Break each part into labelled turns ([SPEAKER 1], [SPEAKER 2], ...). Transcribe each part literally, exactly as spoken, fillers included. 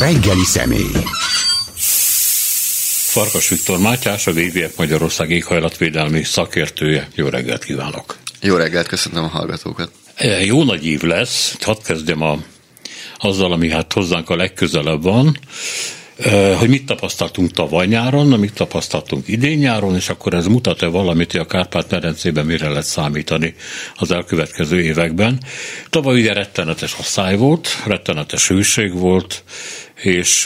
[SPEAKER 1] Reggeli személy.
[SPEAKER 2] Farkas Viktor Mátyás, a vé vé ef Magyarország éghajlatvédelmi szakértője. Jó reggelt kívánok!
[SPEAKER 3] Jó reggelt, köszönöm a hallgatókat!
[SPEAKER 2] Jó nagy év lesz, hadd kezdjem a, azzal, ami hát hozzánk a legközelebb van, hogy mit tapasztaltunk tavaly nyáron, mit tapasztaltunk idén nyáron, és akkor ez mutat-e valamit, hogy a Kárpát-medencében mire lehet számítani az elkövetkező években. Tavaly ugye rettenetes asszály volt, rettenetes hőség volt, és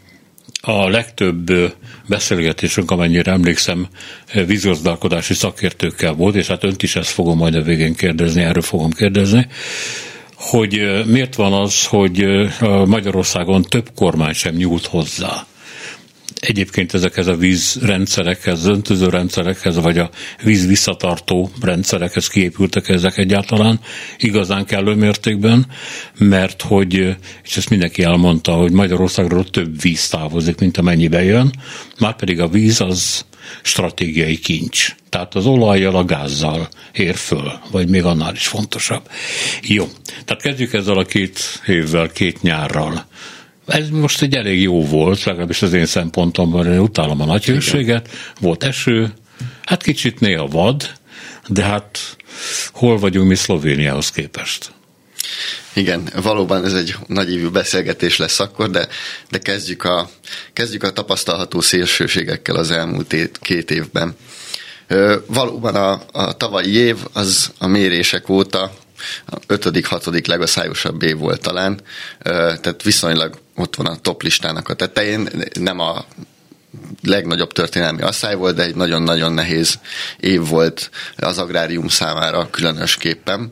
[SPEAKER 2] a legtöbb beszélgetésünk, amennyire emlékszem, vízgazdálkodási szakértőkkel volt, és hát önt is ezt fogom majd a végén kérdezni, erről fogom kérdezni, hogy miért van az, hogy Magyarországon több kormány sem nyúlt hozzá. Egyébként ezekhez a vízrendszerekhez, az öntöző rendszerekhez, vagy a víz visszatartó rendszerekhez kiépültek ezek egyáltalán igazán kellő mértékben, mert hogy, és ezt mindenki elmondta, hogy Magyarországról több víz távozik, mint amennyibe jön, márpedig a víz az stratégiai kincs. Tehát az olajjal, a gázzal ér föl, vagy még annál is fontosabb. Jó, tehát kezdjük ezzel a két évvel, két nyárral. Ez most egy elég jó volt, legalábbis az én szempontomban, én utálom a nagy hőséget, volt eső, hát kicsit néha vad, de hát hol vagyunk mi Szlovéniához képest?
[SPEAKER 3] Igen, valóban ez egy nagyívű beszélgetés lesz akkor, de, de kezdjük, a, kezdjük a tapasztalható szélsőségekkel az elmúlt é- két évben. Ö, valóban a, a tavalyi év az a mérések óta a ötödik, hatodik legaszályosabb év volt talán, tehát viszonylag ott van a top listának a tetején, nem a legnagyobb történelmi asszály volt, de egy nagyon-nagyon nehéz év volt az agrárium számára különösképpen.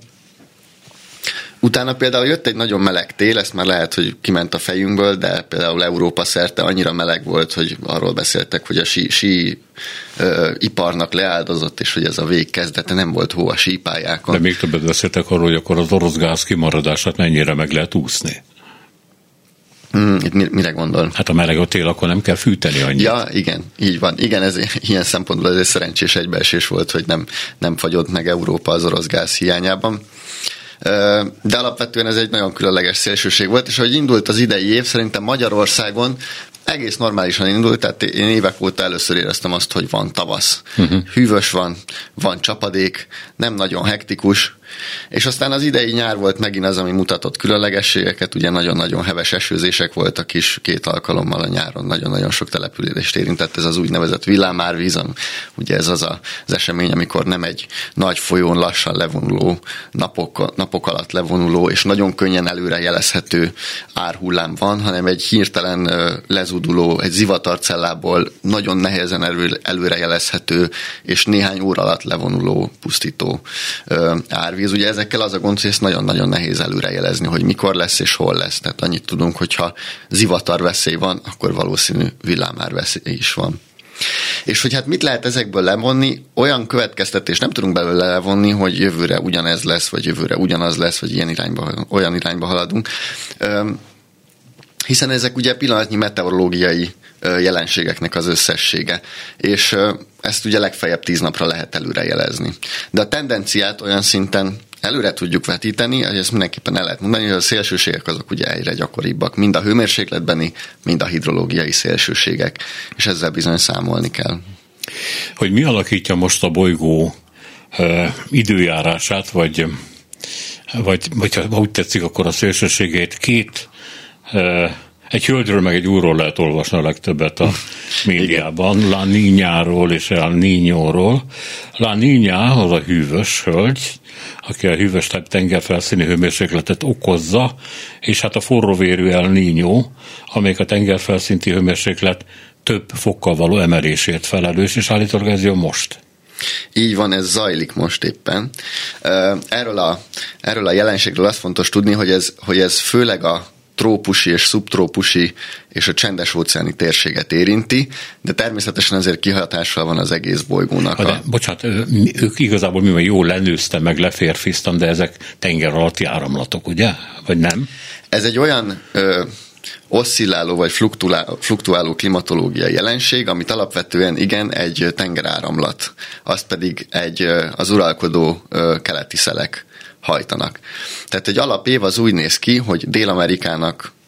[SPEAKER 3] Utána például jött egy nagyon meleg tél, ezt már lehet, hogy kiment a fejünkből, de például Európa szerte annyira meleg volt, hogy arról beszéltek, hogy a sí, sí ö, iparnak leáldozott, és hogy ez a vég kezdete, nem volt hó a sípályákon.
[SPEAKER 2] De még többet beszéltek arról, hogy akkor az orosz gáz kimaradását mennyire meg lehet úszni.
[SPEAKER 3] Hmm, itt mire gondol?
[SPEAKER 2] Hát a meleg a tél, akkor nem kell fűteni annyit.
[SPEAKER 3] Ja, igen, így van. Igen, ez ilyen szempontból ez egy szerencsés egybeesés volt, hogy nem, nem fagyott meg Európa az orosz gáz hiányában. De alapvetően ez egy nagyon különleges szélsőség volt, és ahogy indult az idei év, szerintem Magyarországon egész normálisan indult, tehát én évek óta először éreztem azt, hogy van tavasz. Uh-huh. Hűvös van, van csapadék, nem nagyon hektikus, és aztán az idei nyár volt megint az, ami mutatott különlegességeket, ugye nagyon-nagyon heves esőzések voltak is két alkalommal a nyáron, nagyon-nagyon sok települést érintett ez az úgynevezett villámárvíz, ugye ez az a, az esemény, amikor nem egy nagy folyón lassan levonuló, napok, napok alatt levonuló, és nagyon könnyen előrejelezhető árhullám van, hanem egy hirtelen lezuduló, egy zivatarcellából nagyon nehezen elő, előrejelezhető, és néhány óra alatt levonuló, pusztító árvíz. Ugye ezekkel az a gond, hogy ezt nagyon-nagyon nehéz előrejelezni, hogy mikor lesz és hol lesz. Tehát annyit tudunk, hogyha zivatar veszély van, akkor valószínű villámár veszély is van. És hogy hát mit lehet ezekből levonni, olyan következtetést nem tudunk belőle levonni, hogy jövőre ugyanez lesz, vagy jövőre ugyanaz lesz, vagy ilyen irányba, olyan irányba haladunk. Hiszen ezek ugye pillanatnyi meteorológiai jelenségeknek az összessége, és ezt ugye legfeljebb tíz napra lehet előrejelezni. De a tendenciát olyan szinten előre tudjuk vetíteni, hogy ezt mindenképpen el lehet mondani, hogy a szélsőségek azok ugye egyre gyakoribbak, mind a hőmérsékletbeni, mind a hidrológiai szélsőségek, és ezzel bizony számolni kell.
[SPEAKER 2] Hogy mi alakítja most a bolygó e, időjárását, vagy, vagy, vagy ha úgy tetszik, akkor a szélsőségét két e, egy hölgyről meg egy úrról lehet olvasni a legtöbbet a médiában, La Niñáról és El Niñóról. La Niña az a hűvös hölgy, aki a hűvös tengerfelszíni hőmérsékletet okozza, és hát a forróvérű El Niño, amelyik a tengerfelszíni hőmérséklet több fokkal való emelésért felelős, és állítólag ez jön most.
[SPEAKER 3] Így van, ez zajlik most éppen. Erről a, erről a jelenségről azt fontos tudni, hogy ez, hogy ez főleg a trópusi és szubtrópusi és a csendes-óceáni térséget érinti, de természetesen azért kihatással van az egész bolygónak.
[SPEAKER 2] De, a... bocsánat, ők igazából mi jól lenőztem, meg leférfiztam, de ezek tenger alatti áramlatok, ugye? Vagy nem? Ez
[SPEAKER 3] egy olyan ö, oszcilláló vagy fluktuáló, fluktuáló klimatológiai jelenség, amit alapvetően igen, egy tengeráramlat, azt pedig egy az uralkodó ö, keleti szelek hajtanak. Tehát egy alapév az úgy néz ki, hogy Dél-Amerikának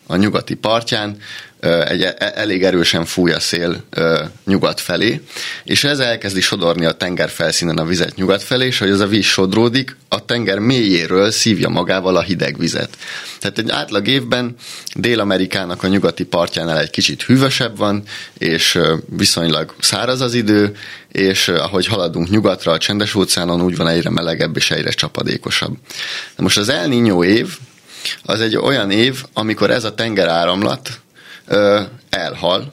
[SPEAKER 3] a nyugati partján egy elég erősen fúj a szél nyugat felé, és ez elkezdi sodorni a tenger felszínen a vizet nyugat felé, és hogy ez a víz sodródik, a tenger mélyéről szívja magával a hideg vizet. Tehát egy átlag évben Dél-Amerikának a nyugati partjánál egy kicsit hűvösebb van, és viszonylag száraz az idő, és ahogy haladunk nyugatra a Csendes-óceánon, úgy van egyre melegebb és egyre csapadékosabb. Na most az El Niño év az egy olyan év, amikor ez a tengeráramlat ö, elhal,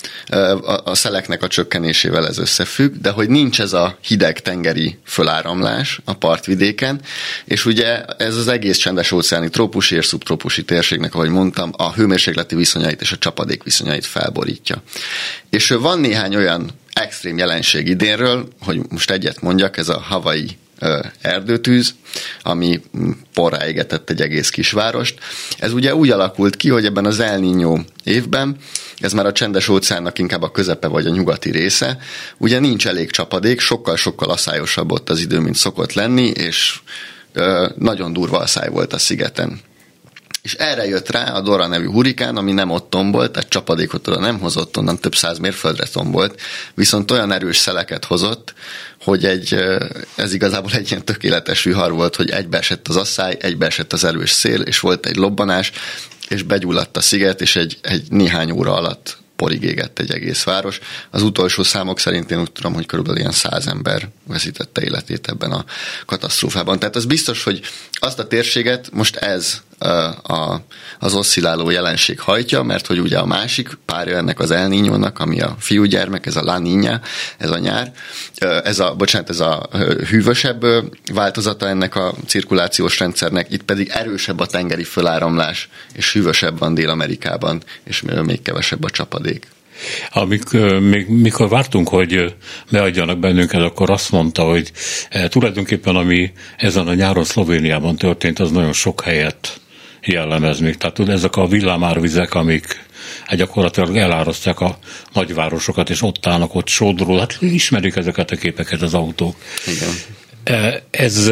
[SPEAKER 3] a, a szeleknek a csökkenésével ez összefügg, de hogy nincs ez a hideg tengeri föláramlás a partvidéken, és ugye ez az egész csendes-óceáni trópusi és szubtrópusi térségnek, ahogy mondtam, a hőmérsékleti viszonyait és a csapadék viszonyait felborítja. És van néhány olyan extrém jelenség idénről, hogy most egyet mondjak, ez a Hawaii erdőtűz, ami porrá égetett egy egész kisvárost. Ez ugye úgy alakult ki, hogy ebben az El Niño évben, ez már a Csendes-óceánnak inkább a közepe vagy a nyugati része, ugye nincs elég csapadék, sokkal-sokkal aszályosabb ott az idő, mint szokott lenni, és ö, nagyon durva aszály volt a szigeten. És erre jött rá a Dora nevű hurikán, ami nem ott tombolt, tehát csapadékot oda nem hozott, onnan több száz mérföldre tombolt, viszont olyan erős szeleket hozott, hogy egy, ez igazából egy ilyen tökéletes vihar volt, hogy egybeesett az asszály, egybeesett az erős szél, és volt egy lobbanás, és begyulladt a sziget, és egy, egy néhány óra alatt porig égett egy egész város. Az utolsó számok szerint én úgy tudom, hogy körülbelül ilyen száz ember veszítette életét ebben a katasztrófában. Tehát az biztos, hogy azt a térséget most ez a, az oszcilláló jelenség hajtja, mert hogy ugye a másik párja ennek az El Niñónak, ami a fiúgyermek, ez a La Niña, ez a nyár, ez a, bocsánat, ez a hűvösebb változata ennek a cirkulációs rendszernek, itt pedig erősebb a tengeri föláramlás, és hűvösebb van Dél-Amerikában, és még kevesebb a csapadék.
[SPEAKER 2] Amikor, még, mikor vártunk, hogy beadjanak bennünket, akkor azt mondta, hogy e, tulajdonképpen ami ezen a nyáron Szlovéniában történt, az nagyon sok helyet jellemez még. Tehát ezek a villámárvizek, amik gyakorlatilag elárasztják a nagyvárosokat, és ott állnak, ott sodró. Hát ismerik ezeket a képeket az autók.
[SPEAKER 3] Igen.
[SPEAKER 2] E, ez,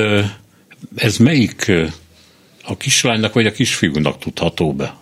[SPEAKER 2] ez melyik a kislánynak vagy a kisfiúnak tudható be?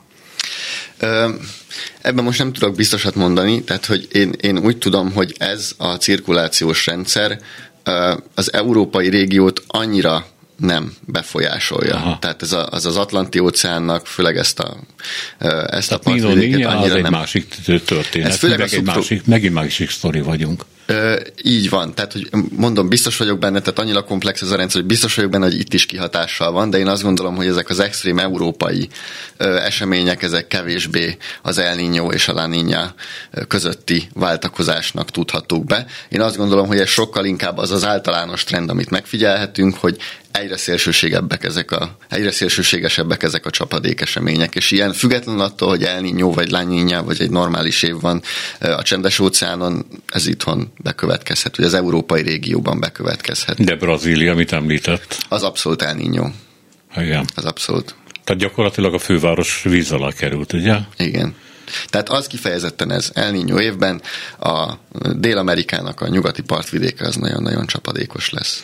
[SPEAKER 3] Ö, ebben most nem tudok biztosat mondani, tehát hogy én, én úgy tudom, hogy ez a cirkulációs rendszer az európai régiót annyira nem befolyásolja. Aha. Tehát ez a, az az Atlanti-óceánnak, főleg ezt a, ezt a partvidéket annyira
[SPEAKER 2] az
[SPEAKER 3] nem...
[SPEAKER 2] egy másik történet.
[SPEAKER 3] Ez főleg
[SPEAKER 2] meg
[SPEAKER 3] a szubtro...
[SPEAKER 2] egy másik, megint másik sztori vagyunk.
[SPEAKER 3] Ö, így van, tehát hogy mondom, biztos vagyok benne, tehát annyira komplex ez a rendszer, hogy biztos vagyok benne, hogy itt is kihatással van, de én azt gondolom, hogy ezek az extrém európai ö, események, ezek kevésbé az El Niño és a La Niña közötti váltakozásnak tudhatók be. Én azt gondolom, hogy ez sokkal inkább az az általános trend, amit megfigyelhetünk, hogy egyre szélsőségebbek ezek a, egyre szélsőségesebbek ezek a csapadékesemények, és ilyen függetlenül attól, hogy El Niño vagy La Niña, vagy egy normális év van a Csendes-óceánon, ez itthon bekövetkezhet, vagy az európai régióban bekövetkezhet.
[SPEAKER 2] De Brazília, amit említett?
[SPEAKER 3] Az abszolút El Niño.
[SPEAKER 2] Igen.
[SPEAKER 3] Az abszolút.
[SPEAKER 2] Tehát gyakorlatilag a főváros víz alá került, ugye?
[SPEAKER 3] Igen. Tehát az kifejezetten ez El Niño évben a Dél-Amerikának a nyugati partvidéke az nagyon-nagyon csapadékos lesz.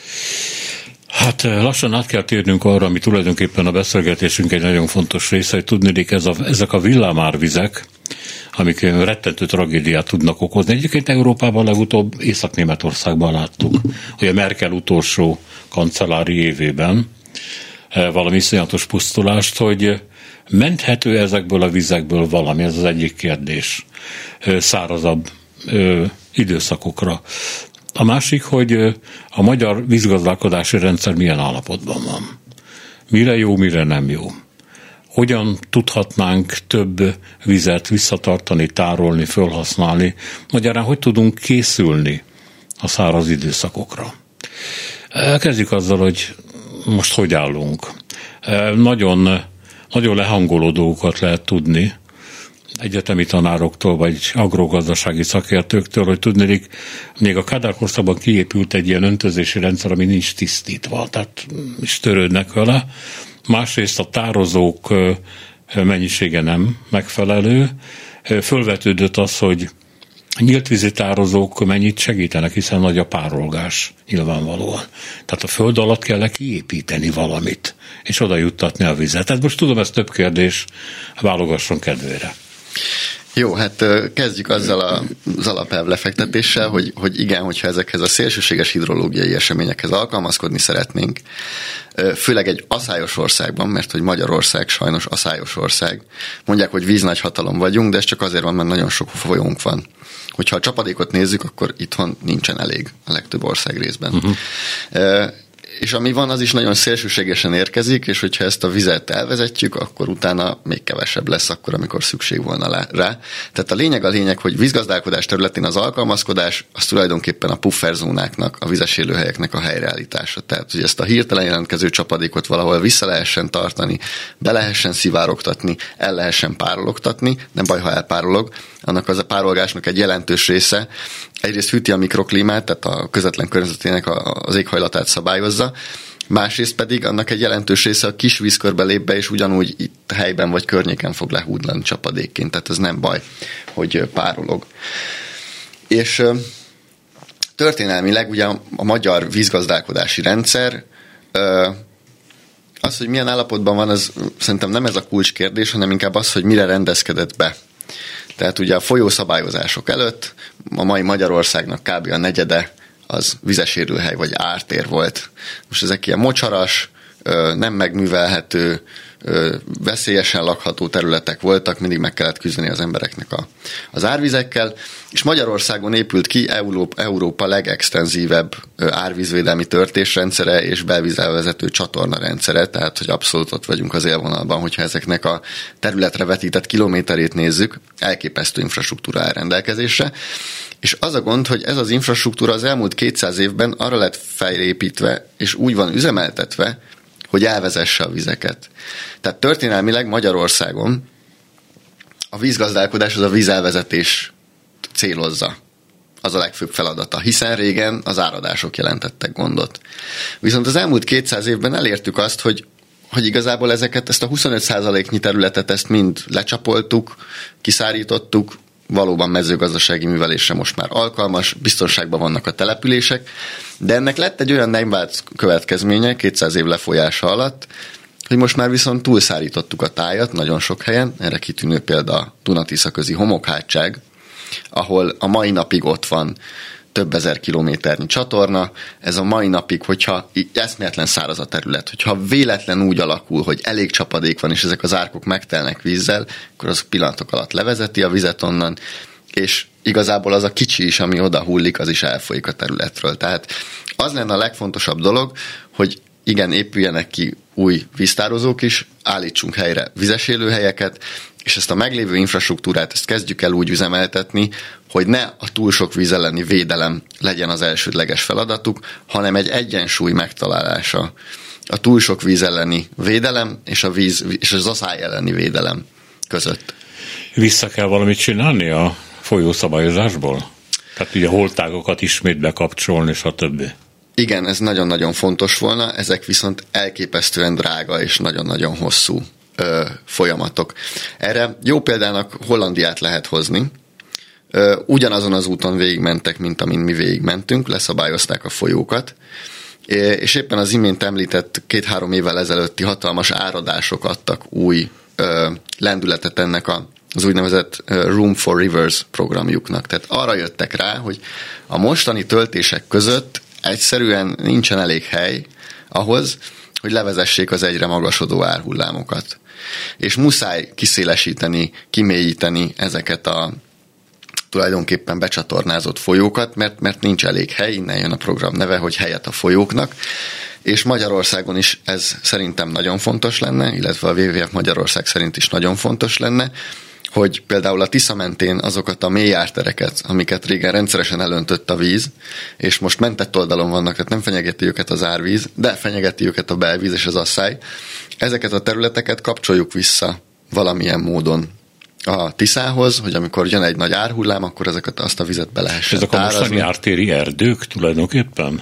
[SPEAKER 2] Hát lassan át kell térnünk arra, ami tulajdonképpen a beszélgetésünk egy nagyon fontos része, hogy tudnék, ez a, ezek a villámárvizek, amik rettentő tragédiát tudnak okozni. Egyébként Európában legutóbb Észak-Németországban láttuk, hogy a Merkel utolsó kancellári évében valami iszonyatos pusztulást, hogy menthető ezekből a vizekből valami, ez az egyik kérdés, szárazabb időszakokra. A másik, hogy a magyar vízgazdálkodási rendszer milyen állapotban van. Mire jó, mire nem jó. Hogyan tudhatnánk több vizet visszatartani, tárolni, felhasználni? Magyarán hogy tudunk készülni a száraz időszakokra? Kezdjük azzal, hogy most hogy állunk. Nagyon, nagyon lehangoló dolgokat lehet tudni egyetemi tanároktól, vagy agrogazdasági szakértőktől, hogy tudnék, még a Kádár korszakban kiépült egy ilyen öntözési rendszer, ami nincs tisztítva, tehát is törődnek vele. Másrészt a tározók mennyisége nem megfelelő. Fölvetődött az, hogy A nyílt vízi tározók mennyit segítenek, hiszen nagy a párolgás nyilvánvalóan. Tehát a föld alatt kell kiépíteni valamit, és oda juttatni a vizet. Tehát most tudom, ez több kérdés, válogasson kedvére.
[SPEAKER 3] Jó, hát kezdjük azzal az alapelv lefektetéssel, hogy, hogy igen, hogyha ezekhez a szélsőséges hidrológiai eseményekhez alkalmazkodni szeretnénk, főleg egy aszályos országban, mert hogy Magyarország sajnos aszályos ország. Mondják, hogy víznagyhatalom vagyunk, de ez csak azért van, mert nagyon sok folyónk van. Hogyha a csapadékot nézzük, akkor itthon nincsen elég a legtöbb ország részben. Uh-huh. És ami van, az is nagyon szélsőségesen érkezik, és hogyha ezt a vizet elvezetjük, akkor utána még kevesebb lesz akkor, amikor szükség volna rá. Tehát a lényeg a lényeg, hogy vízgazdálkodás területén az alkalmazkodás, az tulajdonképpen a pufferzónáknak, a vizes élőhelyeknek a helyreállítása. Tehát, hogy ezt a hirtelen jelentkező csapadékot valahol vissza lehessen tartani, be lehessen szivárogtatni, el lehessen párologtatni, nem baj, ha elpárolog, annak az a párolgásnak egy jelentős része egyrészt hűti a mikroklímát, tehát a közvetlen környezetének az éghajlatát szabályozza, másrészt pedig annak egy jelentős része a kis vízkörbe lép be, és ugyanúgy itt helyben vagy környéken fog lehúdlani csapadékként, tehát ez nem baj, hogy párolog. És történelmileg ugye a magyar vízgazdálkodási rendszer, az, hogy milyen állapotban van, az szerintem nem ez a kulcskérdés, hanem inkább az, hogy mire rendezkedett be. Tehát ugye a folyószabályozások előtt a mai Magyarországnak kb. A negyede az vizes élőhely vagy ártér volt. Most ezek ilyen mocsaras, nem megművelhető, veszélyesen lakható területek voltak, mindig meg kellett küzdeni az embereknek a, az árvizekkel, és Magyarországon épült ki Európa, Európa legextenzívebb árvízvédelmi törtésrendszere és belvízelvezető csatornarendszere, tehát hogy abszolút ott vagyunk az élvonalban, hogyha ezeknek a területre vetített kilométerét nézzük, elképesztő infrastruktúra áll rendelkezésre, és az a gond, hogy ez az infrastruktúra az elmúlt kétszáz évben arra lett fejlépítve, és úgy van üzemeltetve, hogy elvezesse a vizeket. Tehát történelmileg Magyarországon a vízgazdálkodás az a vízelvezetés célozza. Az a legfőbb feladata, hiszen régen az áradások jelentettek gondot. Viszont az elmúlt kétszáz évben elértük azt, hogy, hogy igazából ezeket, ezt a huszonöt százaléknyi területet ezt mind lecsapoltuk, kiszárítottuk, valóban mezőgazdasági művelésre most már alkalmas, biztonságban vannak a települések, de ennek lett egy olyan nem vált következménye kétszáz év lefolyása alatt, hogy most már viszont túlszárítottuk a tájat nagyon sok helyen, erre kitűnő példa a Duna-Tisza közi homokhátság, ahol a mai napig ott van több ezer kilométernyi csatorna, ez a mai napig, hogyha eszméletlen száraz a terület, hogyha véletlen úgy alakul, hogy elég csapadék van, és ezek az árkok megtelnek vízzel, akkor az pillanatok alatt levezeti a vizet onnan, és igazából az a kicsi is, ami oda hullik, az is elfolyik a területről. Tehát az lenne a legfontosabb dolog, hogy igen, épüljenek ki új víztározók is, állítsunk helyre vizes élőhelyeket, és ezt a meglévő infrastruktúrát, ezt kezdjük el úgy üzemeltetni, hogy ne a túl sok víz elleni védelem legyen az elsődleges feladatuk, hanem egy egyensúly megtalálása a túl sok víz elleni védelem és, a víz, és az aszály elleni védelem között.
[SPEAKER 2] Vissza kell valamit csinálni a folyószabályozásból? Tehát ugye holtágokat ismét bekapcsolni, stb. Igen,
[SPEAKER 3] ez nagyon-nagyon fontos volna, ezek viszont elképesztően drága és nagyon-nagyon hosszú ö, folyamatok. Erre jó példának Hollandiát lehet hozni. Ö, ugyanazon az úton végigmentek, mint amin mi végigmentünk, leszabályozták a folyókat, és éppen az imént említett két-három évvel ezelőtti hatalmas áradások adtak új ö, lendületet ennek a az úgynevezett Room for Rivers programjuknak. Tehát arra jöttek rá, hogy a mostani töltések között egyszerűen nincsen elég hely ahhoz, hogy levezessék az egyre magasodó árhullámokat. És muszáj kiszélesíteni, kimélyíteni ezeket a tulajdonképpen becsatornázott folyókat, mert, mert nincs elég hely, innen jön a program neve, hogy helyet a folyóknak. És Magyarországon is ez szerintem nagyon fontos lenne, illetve a dupla vé vé ef Magyarország szerint is nagyon fontos lenne, hogy például a Tisza mentén azokat a mély ártereket, amiket régen rendszeresen elöntött a víz, és most mentett oldalon vannak, tehát nem fenyegeti őket az árvíz, de fenyegeti őket a belvíz és az asszály. Ezeket a területeket kapcsoljuk vissza valamilyen módon a Tiszához, hogy amikor jön egy nagy árhullám, akkor ezeket azt a vizet be lehessen
[SPEAKER 2] tárazni. Ezek a mostani ártéri erdők tulajdonképpen?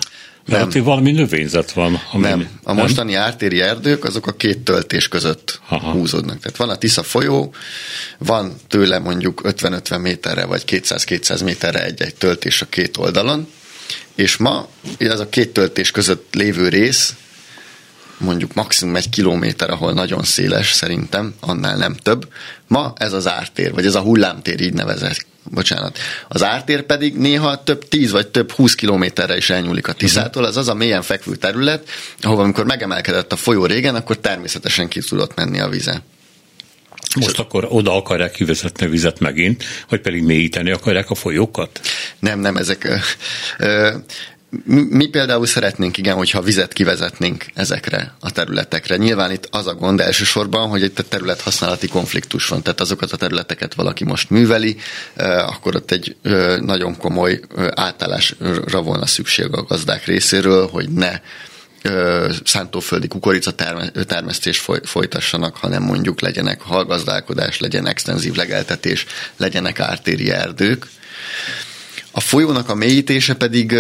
[SPEAKER 2] Mert ott valami növényzet van.
[SPEAKER 3] Ami nem. A mostani nem? ártéri erdők, azok a két töltés között Aha. húzódnak. Tehát van a Tisza folyó, van tőle mondjuk ötven-ötven méterre, vagy kétszáz-kétszáz méterre egy-egy töltés a két oldalon, és ma ez a két töltés között lévő rész, mondjuk maximum egy kilométer, ahol nagyon széles szerintem, annál nem több. Ma ez az ártér, vagy ez a hullámtér, így nevezett. Bocsánat. Az ártér pedig néha több tíz vagy több húsz kilométerre is elnyúlik a Tiszától. Ez az a mélyen fekvő terület, ahova amikor megemelkedett a folyó régen, akkor természetesen ki tudott menni a vize.
[SPEAKER 2] Most akkor oda akarják kivezetni a vizet megint, vagy pedig mélyíteni akarják a folyókat?
[SPEAKER 3] Nem, nem, ezek... Ö, ö, Mi például szeretnénk, igen, hogyha vizet kivezetnénk ezekre a területekre. Nyilván itt az a gond elsősorban, hogy egy területhasználati konfliktus van, tehát azokat a területeket valaki most műveli, akkor ott egy nagyon komoly átállásra volna szükség a gazdák részéről, hogy ne szántóföldi kukorica termesztés folytassanak, hanem mondjuk legyenek hallgazdálkodás, legyen extenzív legeltetés, legyenek ártéri erdők. A folyónak a mélyítése pedig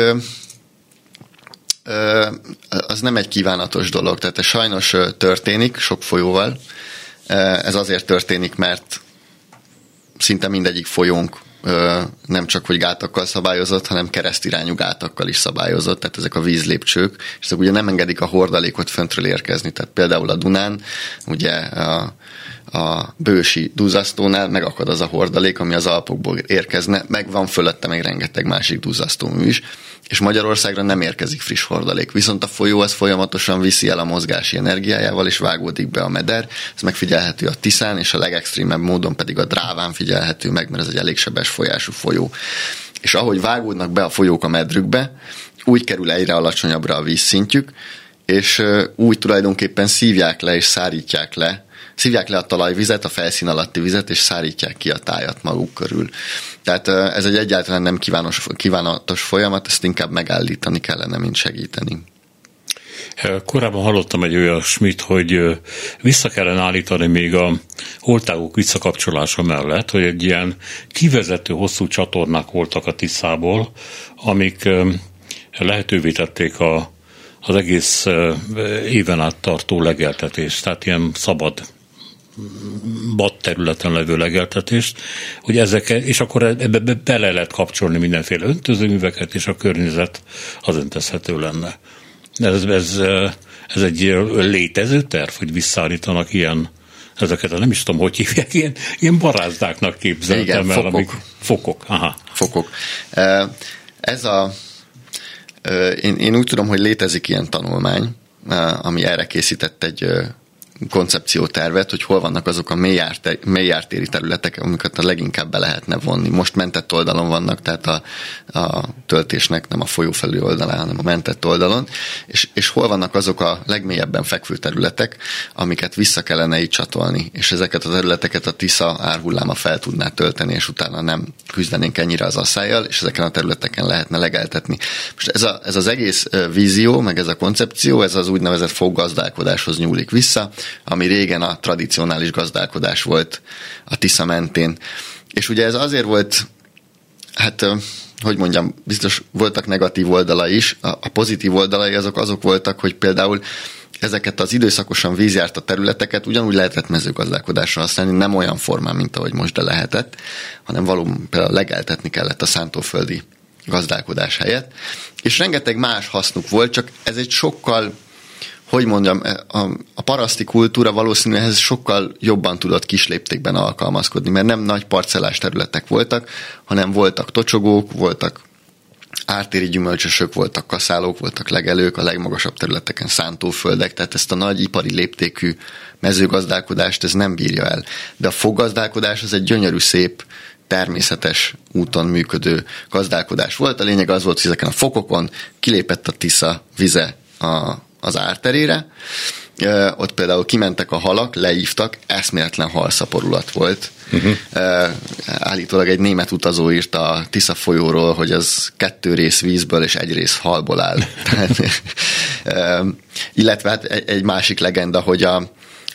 [SPEAKER 3] az nem egy kívánatos dolog, tehát ez sajnos történik sok folyóval. Ez azért történik, mert szinte mindegyik folyónk nem csak hogy gátakkal szabályozott, hanem keresztirányú gátakkal is szabályozott, tehát ezek a vízlépcsők, és ezek ugye nem engedik a hordalékot föntről érkezni, tehát például a Dunán, ugye a, a bősi duzzasztónál megakad az a hordalék, ami az Alpokból érkezne, meg van fölötte még rengeteg másik duzzasztómű is, és Magyarországra nem érkezik friss hordalék. Viszont a folyó az folyamatosan viszi el a mozgási energiájával, és vágódik be a meder. Ez megfigyelhető a Tiszán, és a legextrémebb módon pedig a Dráván figyelhető meg, mert ez egy elég sebes folyású folyó. És ahogy vágódnak be a folyók a medrükbe, úgy kerül egyre alacsonyabbra a vízszintjük, és úgy tulajdonképpen szívják le és szárítják le, szívják le a talajvizet, a felszín alatti vizet, és szárítják ki a tájat maguk körül. Tehát ez egy egyáltalán nem kívános, kívánatos folyamat, ezt inkább megállítani kellene, mint segíteni.
[SPEAKER 2] Korábban hallottam egy olyasmit, hogy vissza kellene állítani még a holtágok visszakapcsolása mellett, hogy egy ilyen kivezető hosszú csatornák voltak a Tiszából, amik lehetővé tették a, az egész éven át tartó legeltetést, tehát ilyen szabad bad területen levő legeltetést, hogy ezek, és akkor ebbe bele lehet kapcsolni mindenféle öntözőműveket, és a környezet az öntözhető lenne. Ez, ez, ez egy létező terv, hogy visszaállítanak ilyen, ezeket, nem is tudom, hogy hívják, ilyen, ilyen barázdáknak képzeltem
[SPEAKER 3] Igen,
[SPEAKER 2] el.
[SPEAKER 3] fokok.
[SPEAKER 2] Amik, fokok. Aha.
[SPEAKER 3] Fokok. Ez a, én, én úgy tudom, hogy létezik ilyen tanulmány, ami erre készített egy koncepciótervet, hogy hol vannak azok a mélyártéri területek, amiket a leginkább be lehetne vonni. Most mentett oldalon vannak, tehát a, a töltésnek nem a folyó felüli oldalán, hanem a mentett oldalon, és, és hol vannak azok a legmélyebben fekvő területek, amiket vissza kellene így csatolni, és ezeket a területeket a Tisza árhulláma fel tudná tölteni, és utána nem küzdenénk ennyire az asszályjal, és ezeken a területeken lehetne legeltetni. Most ez, a, ez az egész vízió, meg ez a koncepció, ez az úgynevezett foggazdálkodáshoz nyúlik vissza, ami régen a tradicionális gazdálkodás volt a Tisza mentén. És ugye ez azért volt, hát, hogy mondjam, biztos voltak negatív oldalai is, a pozitív oldalai azok azok voltak, hogy például ezeket az időszakosan vízjárt a területeket ugyanúgy lehetett mezőgazdálkodásra használni, nem olyan formán, mint ahogy most, de lehetett, hanem valóban például legeltetni kellett a szántóföldi gazdálkodás helyett. És rengeteg más hasznuk volt, csak ez egy sokkal, hogy mondjam, a, a paraszti kultúra valószínűleg ehhez sokkal jobban tudott kisléptékben alkalmazkodni, mert nem nagy parcellás területek voltak, hanem voltak tocsogók, voltak ártéri gyümölcsösök, voltak kaszálók, voltak legelők, a legmagasabb területeken szántóföldek, tehát ezt a nagy ipari léptékű mezőgazdálkodást ez nem bírja el. De a foggazdálkodás az egy gyönyörű, szép, természetes úton működő gazdálkodás volt. A lényeg az volt, hogy ezeken a fokokon kilépett a Tisza vize a az árterére, ott például kimentek a halak, leívtak, eszméletlen halszaporulat volt. Uh-huh. Állítólag egy német utazó írta a Tisza folyóról, hogy az kettő rész vízből és egy rész halból áll. Illetve hát egy másik legenda, hogy a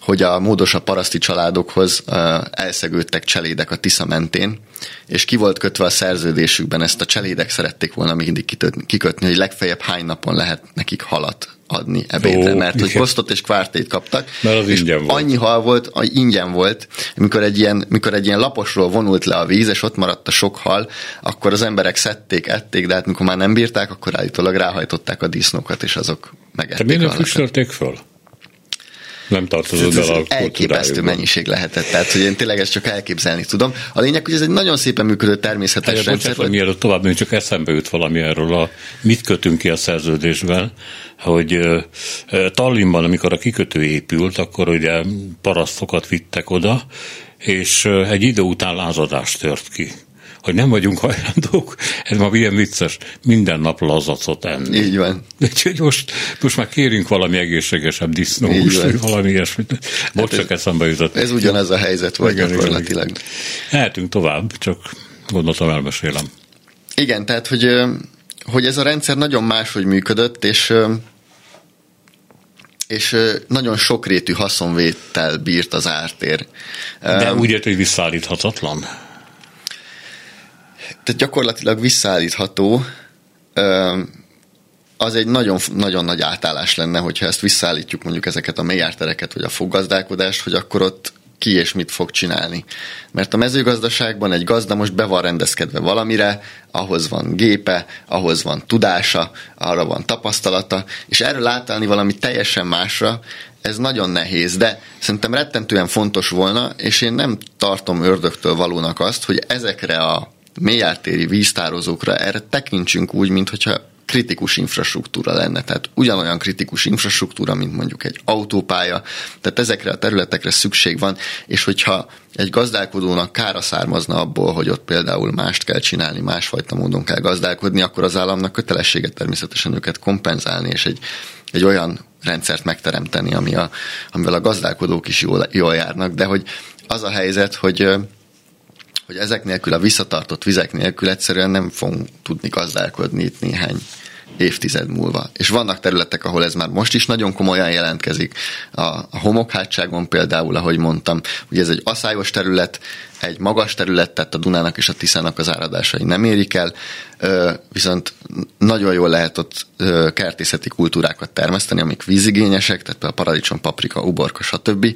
[SPEAKER 3] hogy a módosabb paraszti családokhoz elszegődtek cselédek a Tisza mentén, és ki volt kötve a szerződésükben, ezt a cselédek szerették volna mindig kikötni, hogy legfeljebb hány napon lehet nekik halat adni ebédre, mert igen. hogy posztot és kvártét kaptak.
[SPEAKER 2] Mert az ingyen volt.
[SPEAKER 3] Annyi hal volt, ingyen volt, amikor egy, ilyen, amikor egy ilyen laposról vonult le a víz, és ott maradt a sok hal, akkor az emberek szedték, ették, de hát mikor már nem bírták, akkor állítólag ráhajtották a disznókat, és azok megették.
[SPEAKER 2] Te miért nem füstölték föl? Nem tartozod el a kultúrájukban.
[SPEAKER 3] Elképesztő mennyiség lehetett, tehát hogy én tényleg ezt csak elképzelni tudom. A lényeg, hogy ez egy nagyon szépen működő természetes
[SPEAKER 2] Helyes,
[SPEAKER 3] rendszer.
[SPEAKER 2] Bocsánat, mielőtt tovább, még csak eszembe jut valami erről, a, mit kötünk ki a szerződésben, hogy uh, Tallinnban, amikor a kikötő épült, akkor ugye parasztokat vittek oda, és uh, egy idő után lázadás tört ki. Hogy nem vagyunk hajlandók, ez ma ilyen vicces, minden nap lazacot enni.
[SPEAKER 3] Így van.
[SPEAKER 2] Úgyhogy most, most már kérünk valami egészségesebb disznóhúst, vagy valami ilyesmit. Bocs, csak eszembe jutott.
[SPEAKER 3] Ez ugyanaz a helyzet volt igen, gyakorlatilag.
[SPEAKER 2] Eltünk tovább, csak gondoltam, elmesélem.
[SPEAKER 3] Igen, tehát, hogy, hogy ez a rendszer nagyon máshogy működött, és és nagyon sokrétű haszonvétel bírt az ártér.
[SPEAKER 2] De úgy ért, hogy visszaállíthatatlan?
[SPEAKER 3] Tehát gyakorlatilag visszaállítható, az egy nagyon, nagyon nagy átállás lenne, hogyha ezt visszaállítjuk mondjuk ezeket a mélyártereket, vagy a foggazdálkodást, hogy akkor ott ki és mit fog csinálni. Mert a mezőgazdaságban egy gazda most be van rendezkedve valamire, ahhoz van gépe, ahhoz van tudása, arra van tapasztalata, és erről átállni valami teljesen másra, ez nagyon nehéz, de szerintem rettentően fontos volna, és én nem tartom ördögtől valónak azt, hogy ezekre a mélyártéri víztározókra erre tekintsünk úgy, mintha kritikus infrastruktúra lenne. Tehát ugyanolyan kritikus infrastruktúra, mint mondjuk egy autópálya. Tehát ezekre a területekre szükség van, és hogyha egy gazdálkodónak kára származna abból, hogy ott például mást kell csinálni, másfajta módon kell gazdálkodni, akkor az államnak kötelessége természetesen őket kompenzálni, és egy, egy olyan rendszert megteremteni, ami a, amivel a gazdálkodók is jól, jól járnak. De hogy az a helyzet, hogy hogy ezek nélkül, a visszatartott vizek nélkül egyszerűen nem fogunk tudni gazdálkodni itt néhány évtized múlva. És vannak területek, ahol ez már most is nagyon komolyan jelentkezik. A, a homokhátságon például, ahogy mondtam, ugye ez egy aszályos terület, egy magas terület, tehát a Dunának és a Tiszának az áradásai nem érik el, viszont nagyon jól lehet ott kertészeti kultúrákat termeszteni, amik vízigényesek, tehát például paradicsom, paprika, uborka, stb.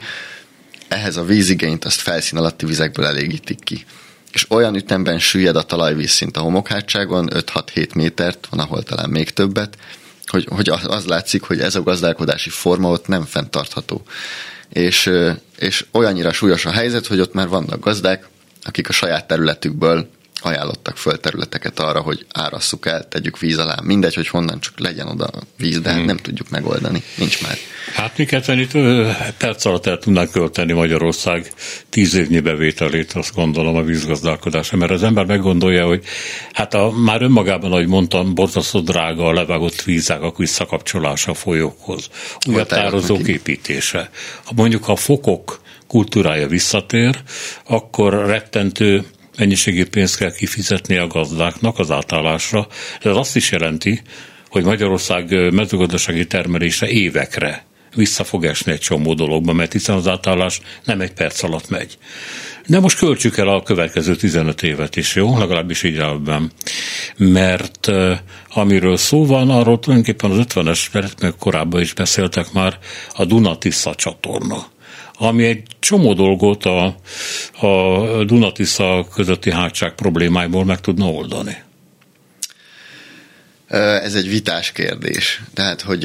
[SPEAKER 3] Ehhez a vízigényt azt felszín alatti vizekből elégítik ki. És olyan ütemben süllyed a talajvízszint a homokhátságon, öt-hat-hét métert, van ahol talán még többet, hogy, hogy az látszik, hogy ez a gazdálkodási forma ott nem fenntartható. És, és olyannyira súlyos a helyzet, hogy ott már vannak gazdák, akik a saját területükből ajánlottak föl területeket arra, hogy árasszuk el, tegyük víz alá. Mindegy, hogy honnan, csak legyen oda víz, de hmm. nem tudjuk megoldani. Nincs már.
[SPEAKER 2] Hát mi ketten itt perc alatt el tudnánk költeni Magyarország tíz évnyi bevételét, azt gondolom a vízgazdálkodásra, mert az ember meggondolja, hogy hát a, már önmagában, ahogy mondtam, borzasztó drága a levágott vízágak visszakapcsolása a folyókhoz. Újabb tározók építése. Ha mondjuk a fokok kultúrája visszatér, akkor rettentő mennyiségű pénzt kell kifizetni a gazdáknak az átállásra. Ez azt is jelenti, hogy Magyarország mezőgazdasági termelése évekre vissza fog esni egy csomó dologba, mert hiszen az átállás nem egy perc alatt megy. De most költsük el a következő tizenöt évet is, jó? Legalábbis így elben. Mert uh, amiről szó van, arról tulajdonképpen az ötvenes meg korábban is beszéltek már, a Duna-Tisza csatorna, ami egy csomó dolgot a, a Duna-Tisza közötti hátság problémáiból meg tudna oldani.
[SPEAKER 3] Ez egy vitás kérdés. Tehát, hogy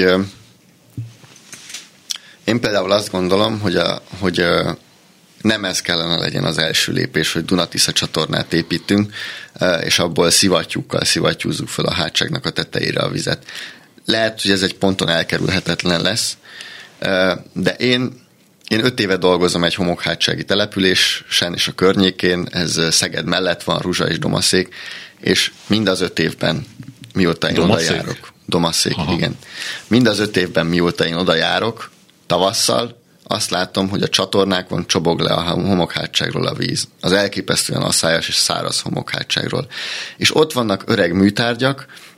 [SPEAKER 3] én például azt gondolom, hogy, a, hogy nem ez kellene legyen az első lépés, hogy Duna-Tisza csatornát építünk, és abból szivattyúkkal szivattyúzzuk fel a hátságnak a tetejére a vizet. Lehet, hogy ez egy ponton elkerülhetetlen lesz, de én Én öt éve dolgozom egy homokhátsági településen és a környékén, ez Szeged mellett van, Ruzsa és Domaszék, és mind az öt évben, mióta én Domaszék? oda járok, Domaszék, Aha. igen. Mind az öt évben, mióta én oda járok, tavasszal, azt látom, hogy a csatornákon csobog le a homokhátságról a víz. Az elképesztően asszályos és száraz homokhátságról. És ott vannak öreg műtárgyak,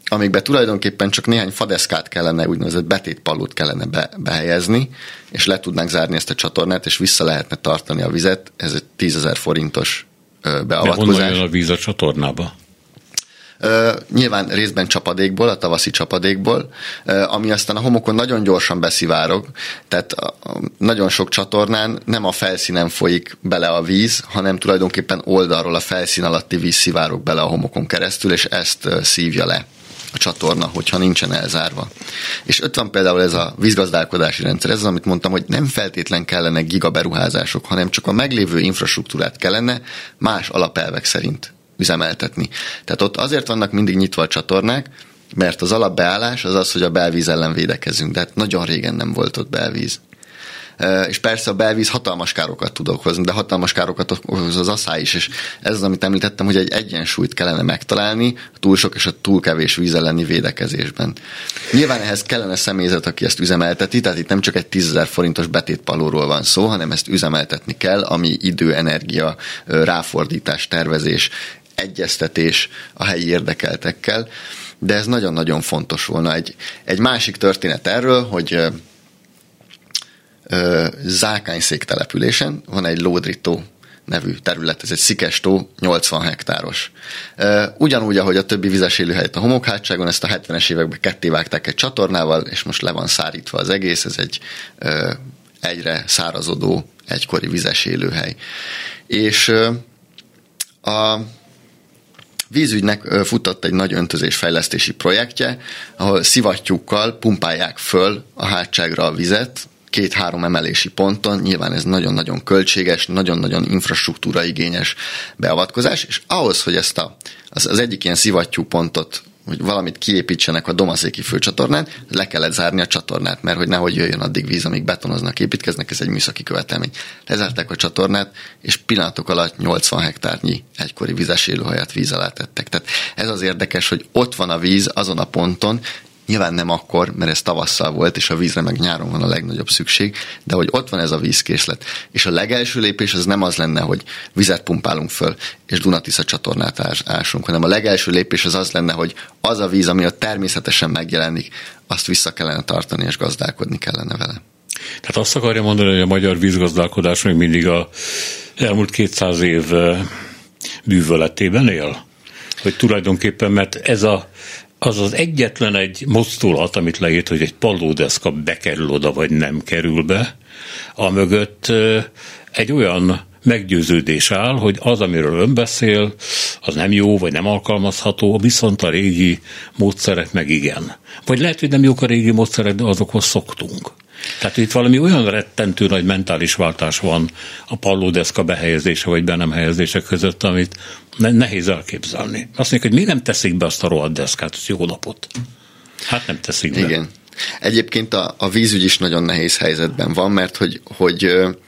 [SPEAKER 3] amikbe tulajdonképpen csak néhány fadeszkát kellene, úgynevezett betétpallót kellene be, behelyezni, és le tudnánk zárni ezt a csatornát, és vissza lehetne tartani a vizet. Ez egy tízezer forintos beavatkozás.
[SPEAKER 2] De honnan jön a víz a csatornába?
[SPEAKER 3] Uh, nyilván részben csapadékból, a tavaszi csapadékból, uh, ami aztán a homokon nagyon gyorsan beszivárog, tehát uh, nagyon sok csatornán nem a felszínen folyik bele a víz, hanem tulajdonképpen oldalról a felszín alatti víz szivárog bele a homokon keresztül, és ezt uh, szívja le a csatorna, hogyha nincsen elzárva. És ott van például ez a vízgazdálkodási rendszer, ez az, amit mondtam, hogy nem feltétlen kellene gigaberuházások, hanem csak a meglévő infrastruktúrát kellene más alapelvek szerint üzemeltetni. Tehát ott azért vannak mindig nyitva a csatornák, mert az alapbeállás az az, hogy a belvíz ellen védekezünk, de hát nagyon régen nem volt ott belvíz. És persze a belvíz hatalmas károkat tud okozni, de hatalmas károkat okoz az asszály is, és ez az, amit említettem, hogy egy egyensúlyt kellene megtalálni a túl sok és a túl kevés víz elleni védekezésben. Nyilván ehhez kellene személyzet, aki ezt üzemelteti, tehát itt nem csak egy tízezer forintos betétpalóról van szó, hanem ezt üzemeltetni kell, ami idő, energia, ráfordítás, tervezés, egyeztetés a helyi érdekeltekkel, de ez nagyon-nagyon fontos volna. Egy, egy másik történet erről, hogy Zákányszék településen van egy Lódrító nevű terület, ez egy szikes tó, nyolcvan hektáros. Ugyanúgy, ahogy a többi vizes élőhelyet a homokhátságon, ezt a hetvenes években kettévágták egy csatornával, és most le van szárítva az egész, ez egy egyre szárazodó egykori vizes élőhely. És a vízügynek futott egy nagy öntözésfejlesztési projektje, ahol szivattyúkkal pumpálják föl a hátságra a vizet, két-három emelési ponton, nyilván ez nagyon-nagyon költséges, nagyon-nagyon infrastruktúra igényes beavatkozás, és ahhoz, hogy ezt a, az, az egyik ilyen szivattyú pontot, hogy valamit kiépítsenek a Domaszéki főcsatornán, le kellett zárni a csatornát, mert hogy nehogy jöjjön addig víz, amíg betonoznak, építkeznek, ez egy műszaki követelmény. Lezárták a csatornát, és pillanatok alatt nyolcvan hektárnyi egykori vizes élőhelyet víz alá tettek. Tehát ez az érdekes, hogy ott van a víz azon a ponton, nyilván nem akkor, mert ez tavasszal volt, és a vízre meg nyáron van a legnagyobb szükség, de hogy ott van ez a vízkészlet. És a legelső lépés az nem az lenne, hogy vizet pumpálunk föl, és Duna-Tisza csatornát ásunk, hanem a legelső lépés az az lenne, hogy az a víz, ami ott természetesen megjelenik, azt vissza kellene tartani, és gazdálkodni kellene vele.
[SPEAKER 2] Tehát azt akarja mondani, hogy a magyar vízgazdálkodás még mindig a elmúlt kétszáz év bűvöletében él? Hogy tulajdonképpen, mert ez a az az egyetlen egy mozdulat, amit leírt, hogy egy pallódeszka bekerül oda, vagy nem kerül be, amögött egy olyan meggyőződés áll, hogy az, amiről ön beszél, az nem jó, vagy nem alkalmazható, viszont a régi módszerek meg igen. Vagy lehet, hogy nem jók a régi módszerek, de azokhoz szoktunk. Tehát itt valami olyan rettentő nagy mentális váltás van a pallódeszka behelyezése vagy be nem helyezése között, amit nehéz elképzelni. Azt mondjuk, hogy miért nem teszik be azt a rohadt deszkát, az jó napot. Hát nem teszik be.
[SPEAKER 3] Igen. Egyébként a, a vízügy is nagyon nehéz helyzetben van, mert hogy, hogy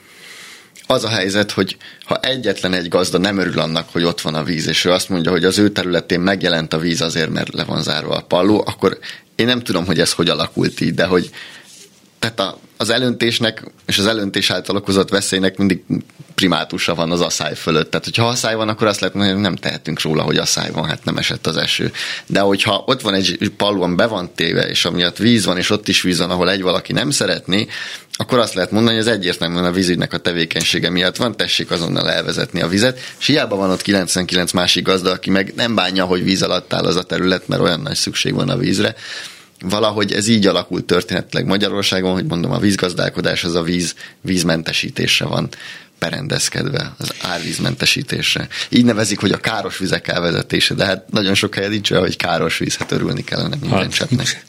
[SPEAKER 3] az a helyzet, hogy ha egyetlen egy gazda nem örül annak, hogy ott van a víz, és ő azt mondja, hogy az ő területén megjelent a víz azért, mert le van zárva a palló, akkor én nem tudom, hogy ez hogy alakult így, de hogy tehát a, az elöntésnek és az elöntés által okozott veszélynek mindig primátusa van az asszály fölött. Tehát, hogyha asszály van, akkor azt lehet mondani, hogy nem tehetünk róla, hogy asszály van, hát nem esett az eső. De hogyha ott van egy palló, ami be van téve, és amiatt víz van, és ott is víz van, ahol egy valaki nem szeretné, akkor azt lehet mondani, hogy ez egyértelműen a vízügynek a tevékenysége miatt van, tessék azonnal elvezetni a vizet, és hiába van ott kilencvenkilenc másik gazda, aki meg nem bánja, hogy víz alatt áll az a terület, mert olyan nagy szükség van a vízre. Valahogy ez így alakult történetileg Magyarországon, hogy mondom, a vízgazdálkodás az a víz, vízmentesítésre van berendezkedve, az árvízmentesítésre. Így nevezik, hogy a káros vizek elvezetése, de hát nagyon sok helyen nincs olyan, hogy káros víz, hát örülni kellene minden hát, cseppnek.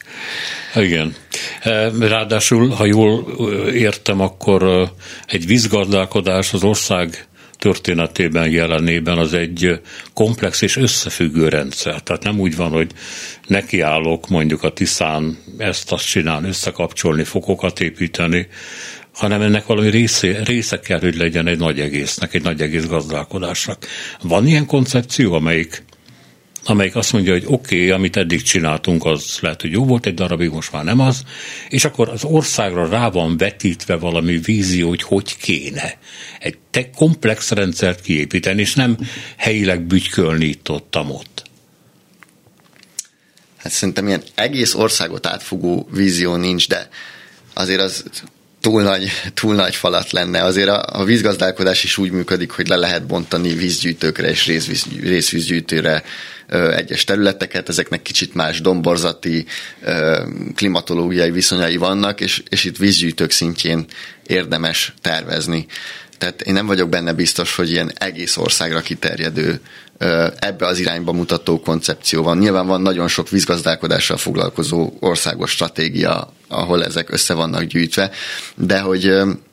[SPEAKER 2] Igen. Ráadásul, ha jól értem, akkor egy vízgazdálkodás az ország történetében, jelenében az egy komplex és összefüggő rendszer. Tehát nem úgy van, hogy nekiállok mondjuk a Tiszán ezt-azt csinálni, összekapcsolni, fokokat építeni, hanem ennek valami része, része kell, hogy legyen egy nagy egésznek, egy nagy egész gazdálkodásnak. Van ilyen koncepció, amelyik, amelyik azt mondja, hogy oké, okay, amit eddig csináltunk, az lehet, hogy jó volt egy darabig, most már nem az, és akkor az országra rá van vetítve valami vízió, hogy hogy kéne egy te komplex rendszert kiépíteni, és nem helyileg bütykölni itt ott, ott.
[SPEAKER 3] hát szerintem ilyen egész országot átfogó vízió nincs, de azért az túl nagy, túl nagy falat lenne. Azért a, a vízgazdálkodás is úgy működik, hogy le lehet bontani vízgyűjtőkre és részvíz, részvízgyűjtőre ö, egyes területeket, ezeknek kicsit más domborzati, ö, klimatológiai viszonyai vannak, és, és itt vízgyűjtők szintjén érdemes tervezni. Tehát én nem vagyok benne biztos, hogy ilyen egész országra kiterjedő, ebbe az irányba mutató koncepció van. Nyilván van nagyon sok vízgazdálkodással foglalkozó országos stratégia, ahol ezek össze vannak gyűjtve, de hogy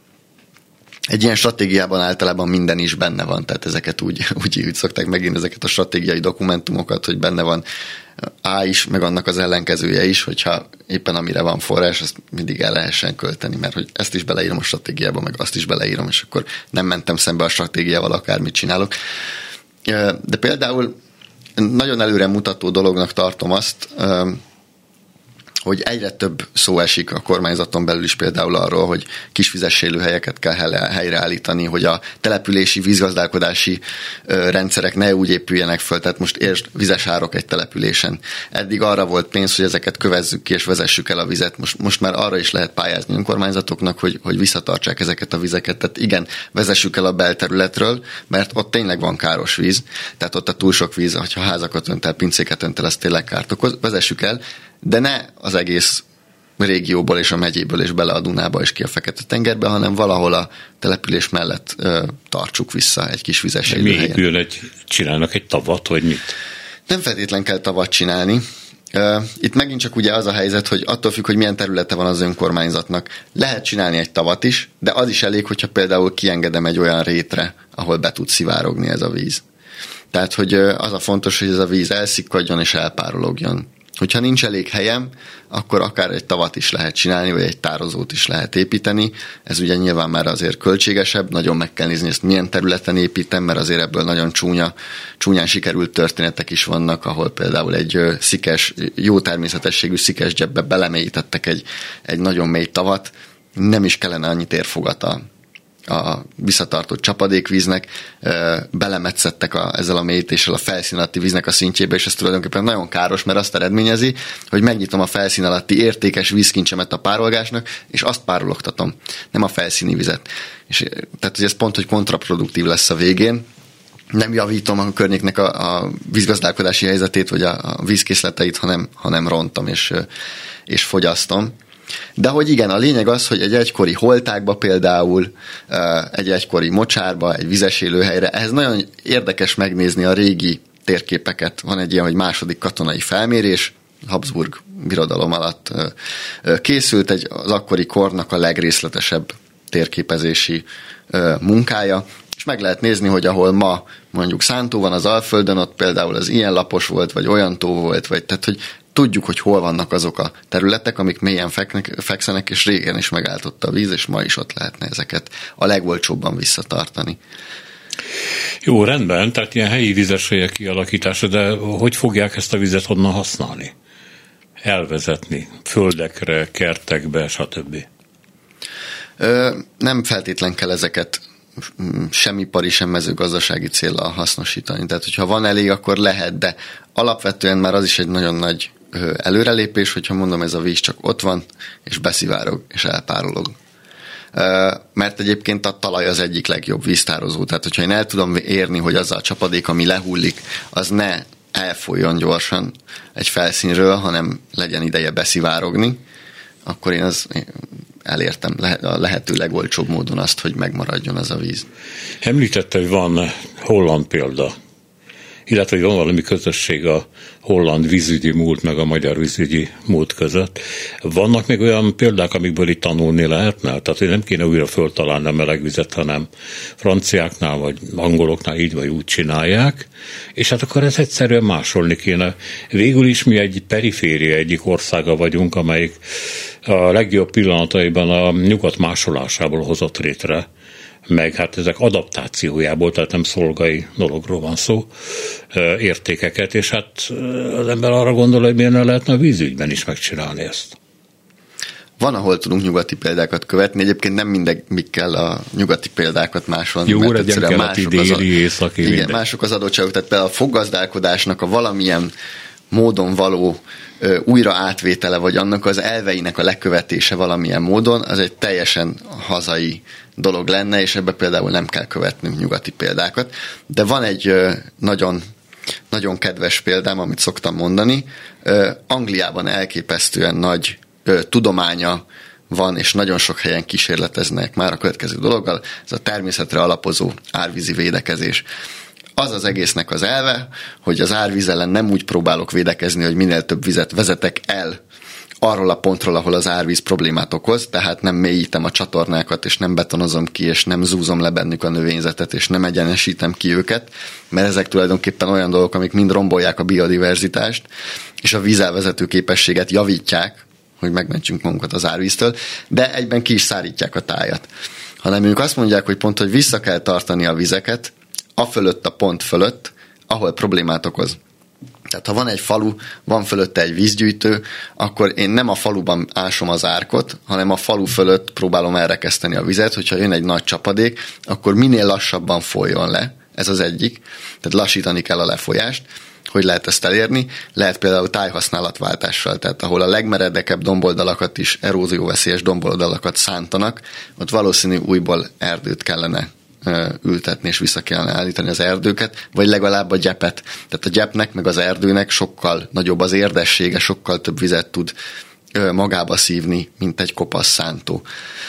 [SPEAKER 3] egy ilyen stratégiában általában minden is benne van, tehát ezeket úgy, úgy, úgy szokták megint ezeket a stratégiai dokumentumokat, hogy benne van A is, meg annak az ellenkezője is, hogyha éppen amire van forrás, azt mindig el lehessen költeni, mert hogy ezt is beleírom a stratégiába, meg azt is beleírom, és akkor nem mentem szembe a stratégiával, akármit csinálok. De például nagyon előre mutató dolognak tartom azt, hogy egyre több szó esik a kormányzaton belül is például arról, hogy kisvizes élőhelyeket kell helyreállítani, hogy a települési vízgazdálkodási rendszerek ne úgy épüljenek föl, tehát most értsd, vizes árok egy településen. Eddig arra volt pénz, hogy ezeket kövezzük ki és vezessük el a vizet. Most, most már arra is lehet pályázni önkormányzatoknak, hogy, hogy visszatartsák ezeket a vizeket. Tehát igen, vezessük el a belterületről, mert ott tényleg van káros víz, tehát ott a túl sok víz, hogyha házakat önt el, pincéket önt el, az tényleg kárt okoz, vezessük el, de ne az egész régióból és a megyéből és bele a Dunába és ki a Fekete-tengerbe, hanem valahol a település mellett ö, tartsuk vissza egy kis vizes élőhelyen.
[SPEAKER 2] Mi épül egy, csinálnak egy tavat, vagy mit?
[SPEAKER 3] Nem feltétlen kell tavat csinálni. Itt megint csak ugye az a helyzet, hogy attól függ, hogy milyen területe van az önkormányzatnak. Lehet csinálni egy tavat is, de az is elég, hogyha például kiengedem egy olyan rétre, ahol be tud szivárogni ez a víz. Tehát, hogy az a fontos, hogy ez a víz elszikkadjon és elpárologjon. Hogyha nincs elég helyem, akkor akár egy tavat is lehet csinálni, vagy egy tározót is lehet építeni. Ez ugye nyilván már azért költségesebb, nagyon meg kell nézni, ezt milyen területen építem, mert azért ebből nagyon csúnya, csúnyán sikerült történetek is vannak, ahol például egy szikes, jó természetességű szikes zsebbe belemélyítettek egy, egy nagyon mély tavat, nem is kellene annyi térfogat a a visszatartott csapadékvíznek, belemetszettek a, ezzel a mélyítéssel a felszín alatti víznek a szintjébe, és ez tulajdonképpen nagyon káros, mert azt eredményezi, hogy megnyitom a felszín alatti értékes vízkincsemet a párolgásnak, és azt párologtatom, nem a felszíni vizet. És, tehát ez pont, hogy kontraproduktív lesz a végén, nem javítom a környéknek a, a vízgazdálkodási helyzetét, vagy a, a vízkészleteit, hanem, hanem rontom és, és fogyasztom. De hogy igen, a lényeg az, hogy egy egykori holtákba például, egy egykori mocsárba, egy vizes élőhelyre, ehhez nagyon érdekes megnézni a régi térképeket. Van egy ilyen, hogy második katonai felmérés, Habsburg birodalom alatt készült, egy, az akkori kornak a legrészletesebb térképezési munkája, és meg lehet nézni, hogy ahol ma mondjuk szántó van az Alföldön, ott például az ilyen lapos volt, vagy olyan tó volt, vagy tehát, hogy tudjuk, hogy hol vannak azok a területek, amik mélyen feknek, fekszenek, és régen is megállt ott a víz, és ma is ott lehetne ezeket a legolcsóbban visszatartani.
[SPEAKER 2] Jó, rendben, tehát ilyen helyi vizeshelyek kialakítása, de hogy fogják ezt a vizet onnan használni? Elvezetni földekre, kertekbe, stb.
[SPEAKER 3] Ö, nem feltétlen kell ezeket sem ipari, sem mezőgazdasági céllal hasznosítani. Tehát, hogyha van elég, akkor lehet, de alapvetően már az is egy nagyon nagy előrelépés, hogyha mondom, ez a víz csak ott van, és beszivárog, és elpárolog. Mert egyébként a talaj az egyik legjobb víztározó. Tehát, hogyha én el tudom érni, hogy az a csapadék, ami lehullik, az ne elfolyjon gyorsan egy felszínről, hanem legyen ideje beszivárogni, akkor én az elértem a lehető legolcsóbb módon azt, hogy megmaradjon az a víz.
[SPEAKER 2] Említette, hogy van holland példa, illetve hogy van valami közösség a holland vízügyi múlt meg a magyar vízügyi múlt között. Vannak még olyan példák, amikből itt tanulni lehetne? Tehát, hogy nem kéne újra föltalálni a meleg vizet, hanem franciáknál vagy angoloknál így vagy úgy csinálják, és hát akkor ez egyszerűen másolni kéne. Végül is mi egy periféria egyik országa vagyunk, amelyik a legjobb pillanataiban a nyugat másolásából hozott létre, meg hát ezek adaptációjából, tehát nem szolgai dologról van szó, értékeket, és hát az ember arra gondol, hogy miért ne lehetne a vízügyben is megcsinálni ezt.
[SPEAKER 3] Van, ahol tudunk nyugati példákat követni, egyébként nem mindig kell a nyugati példákat másolni.
[SPEAKER 2] Jó, legyen keleti, déli, északi.
[SPEAKER 3] Igen, mások az adottságok, tehát például a foggazdálkodásnak a valamilyen módon való újra átvétele, vagy annak az elveinek a lekövetése valamilyen módon, az egy teljesen hazai dolog lenne, és ebbe például nem kell követnünk nyugati példákat. De van egy nagyon, nagyon kedves példám, amit szoktam mondani. Angliában elképesztően nagy tudománya van, és nagyon sok helyen kísérleteznek már a következő dologgal, ez a természetre alapozó árvízi védekezés. Az az egésznek az elve, hogy az árvíz ellen nem úgy próbálok védekezni, hogy minél több vizet vezetek el arról a pontról, ahol az árvíz problémát okoz, tehát nem mélyítem a csatornákat, és nem betonozom ki, és nem zúzom le bennük a növényzetet, és nem egyenesítem ki őket, mert ezek tulajdonképpen olyan dolgok, amik mind rombolják a biodiverzitást, és a vízelvezető képességet javítják, hogy megmentsünk magunkat az árvíztől, de egyben ki is szárítják a tájat. Hanem ők azt mondják, hogy pont, hogy vissza kell tartani a vizeket, a fölött a pont fölött, ahol problémát okoz. Tehát ha van egy falu, van fölötte egy vízgyűjtő, akkor én nem a faluban ásom az árkot, hanem a falu fölött próbálom elrekeszteni a vizet, hogyha jön egy nagy csapadék, akkor minél lassabban folyjon le. Ez az egyik. Tehát lassítani kell a lefolyást. Hogy lehet ezt elérni? Lehet például tájhasználatváltással, tehát ahol a legmeredekebb domboldalakat is, erózióveszélyes domboldalakat szántanak, ott valószínű újból erdőt kellene ültetni, és vissza kellene állítani az erdőket, vagy legalább a gyepet. Tehát a gyepnek, meg az erdőnek sokkal nagyobb az érdessége, sokkal több vizet tud magába szívni, mint egy kopasz szántó.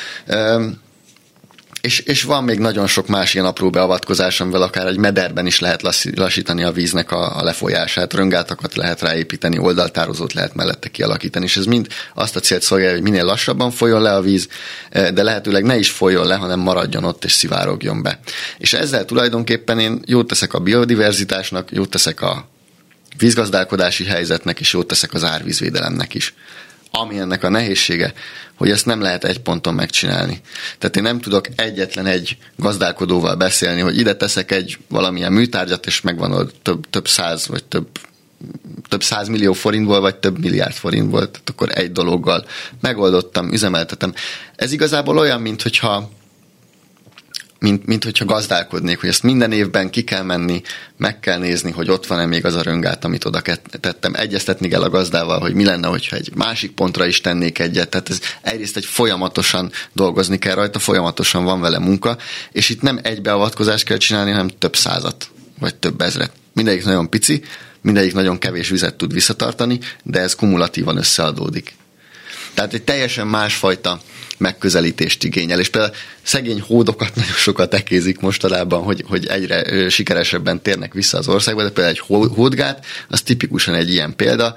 [SPEAKER 3] És, és van még nagyon sok más ilyen apró beavatkozás, amivel akár egy mederben is lehet lassítani a víznek a, a lefolyását, röngátakat lehet ráépíteni, oldaltározót lehet mellette kialakítani, és ez mind azt a célt szolgálja, hogy minél lassabban folyjon le a víz, de lehetőleg ne is folyjon le, hanem maradjon ott és szivárogjon be. És ezzel tulajdonképpen én jót teszek a biodiverzitásnak, jót teszek a vízgazdálkodási helyzetnek, és jót teszek az árvízvédelemnek is. Ami ennek a nehézsége, hogy ezt nem lehet egy ponton megcsinálni. Tehát én nem tudok egyetlen egy gazdálkodóval beszélni, hogy ide teszek egy valamilyen műtárgyat, és megvan ott több, több száz, vagy több, több száz millió forintból, vagy több milliárd forintból, tehát akkor egy dologgal megoldottam, üzemeltetem. Ez igazából olyan, mint hogyha Mint, mint hogyha gazdálkodnék, hogy ezt minden évben ki kell menni, meg kell nézni, hogy ott van-e még az a röngát, amit oda tettem. Egyeztetni kell a gazdával, hogy mi lenne, hogyha egy másik pontra is tennék egyet. Tehát ez egyrészt egy folyamatosan dolgozni kell rajta, folyamatosan van vele munka, és itt nem egy beavatkozást kell csinálni, hanem több százat, vagy több ezret. Mindegyik nagyon pici, mindegyik nagyon kevés vizet tud visszatartani, de ez kumulatívan összeadódik. Tehát egy teljesen másfajta megközelítést igényel, és például szegény hódokat nagyon sokat ekézik mostanában, hogy, hogy egyre sikeresebben térnek vissza az országba, de például egy hódgát, az tipikusan egy ilyen példa.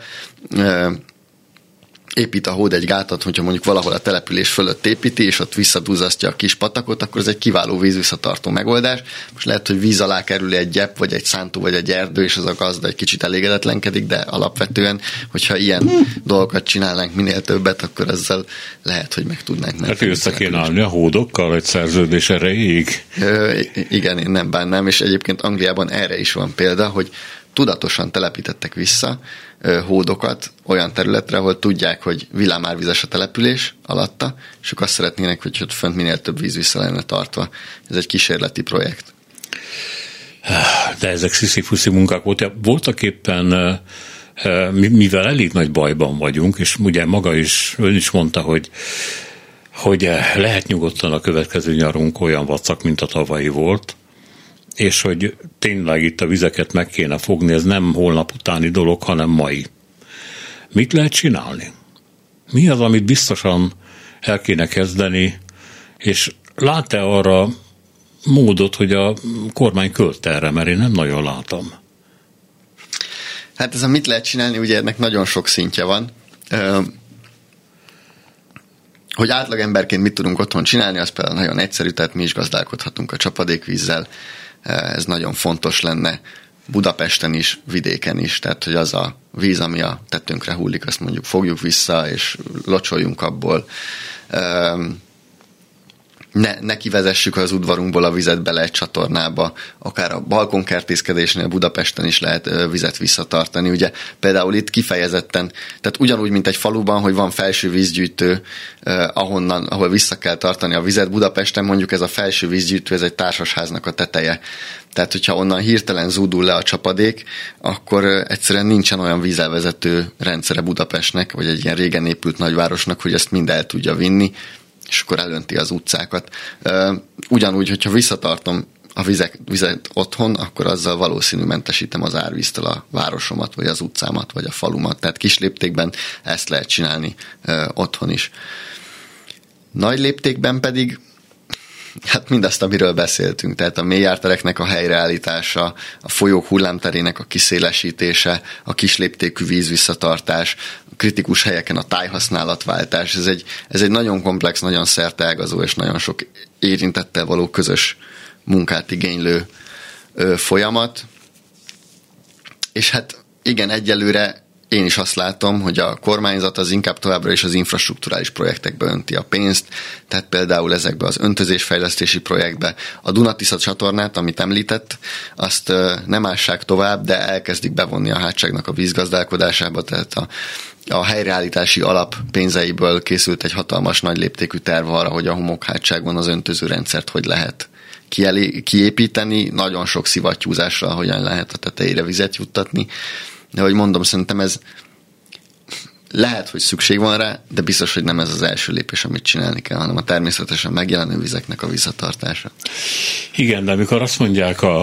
[SPEAKER 3] Épít a hód egy gátat, hogyha mondjuk valahol a település fölött építi, és ott visszadúzasztja a kis patakot, akkor ez egy kiváló vízvisszatartó megoldás. Most lehet, hogy víz alá kerül egy gyep, vagy egy szántó, vagy egy erdő, és az a gazda egy kicsit elégedetlenkedik, de alapvetően, hogyha ilyen dolgokat csinálnánk minél többet, akkor ezzel lehet, hogy meg tudnánk menni.
[SPEAKER 2] Hát össze kéne állni a hódokkal egy szerződés erejéig.
[SPEAKER 3] Igen, én nem bánnám, és egyébként Angliában erre is van példa, hogy tudatosan telepítettek vissza hódokat olyan területre, ahol tudják, hogy villámárvizes a település alatta, és ők azt szeretnének, hogy ott fönt minél több víz vissza lenne tartva. Ez egy kísérleti projekt.
[SPEAKER 2] De ezek sziszi-fuszi munkák voltak. Voltak éppen, mivel elég nagy bajban vagyunk, és ugye maga is, ön is mondta, hogy, hogy lehet nyugodtan a következő nyarunk olyan vacak, mint a tavalyi volt, és hogy tényleg itt a vizeket meg kéne fogni, ez nem holnap utáni dolog, hanem mai. Mit lehet csinálni? Mi az, amit biztosan el kéne kezdeni, és lát-e arra módot, hogy a kormány költ erre, mert én nem nagyon látom.
[SPEAKER 3] Hát ez a mit lehet csinálni, ugye ennek nagyon sok szintje van. Hogy átlagemberként mit tudunk otthon csinálni, az például nagyon egyszerű, tehát mi is gazdálkodhatunk a csapadékvízzel. Ez nagyon fontos lenne Budapesten is, vidéken is, tehát hogy az a víz, ami a tetőnkre hullik, azt mondjuk fogjuk vissza, és locsoljunk abból. ne, ne kivezessük az udvarunkból a vizet bele egy csatornába, akár a balkonkertészkedésnél Budapesten is lehet vizet visszatartani. Ugye például itt kifejezetten, tehát ugyanúgy, mint egy faluban, hogy van felső vízgyűjtő, eh, ahonnan, ahol vissza kell tartani a vizet, Budapesten mondjuk ez a felső vízgyűjtő, ez egy társasháznak a teteje. Tehát, hogyha onnan hirtelen zúdul le a csapadék, akkor egyszerűen nincsen olyan vízelvezető rendszere Budapestnek, vagy egy ilyen régen épült nagyvárosnak, hogy ezt mind el tudja vinni, és akkor elönti az utcákat. Ugyanúgy, hogyha visszatartom a vizek, vizet otthon, akkor azzal valószínű mentesítem az árvíztől a városomat, vagy az utcámat, vagy a falumat. Tehát kis léptékben ezt lehet csinálni otthon is. Nagy léptékben pedig hát mindazt, amiről beszéltünk, tehát a mélyártereknek a helyreállítása, a folyók hullámterének a kiszélesítése, a kisléptékű vízvisszatartás, a kritikus helyeken a tájhasználatváltás, ez egy, ez egy nagyon komplex, nagyon szerteágazó és nagyon sok érintettel való közös munkát igénylő ö, folyamat. És hát igen, egyelőre én is azt látom, hogy a kormányzat az inkább továbbra is az infrastrukturális projektekbe önti a pénzt, tehát például ezekbe az öntözésfejlesztési projektbe. A Duna-Tisza csatornát, amit említett, azt nem ássák tovább, de elkezdik bevonni a hátságnak a vízgazdálkodásába, tehát a, a helyreállítási alap pénzeiből készült egy hatalmas nagy léptékű terv arra, hogy a homokhátságon az öntözőrendszert hogy lehet kiépíteni, nagyon sok szivattyúzással hogyan lehet a tetejére vizet juttatni. De ahogy mondom, szerintem ez lehet, hogy szükség van rá, de biztos, hogy nem ez az első lépés, amit csinálni kell, hanem a természetesen megjelenő vizeknek a visszatartása.
[SPEAKER 2] Igen, de amikor azt mondják a,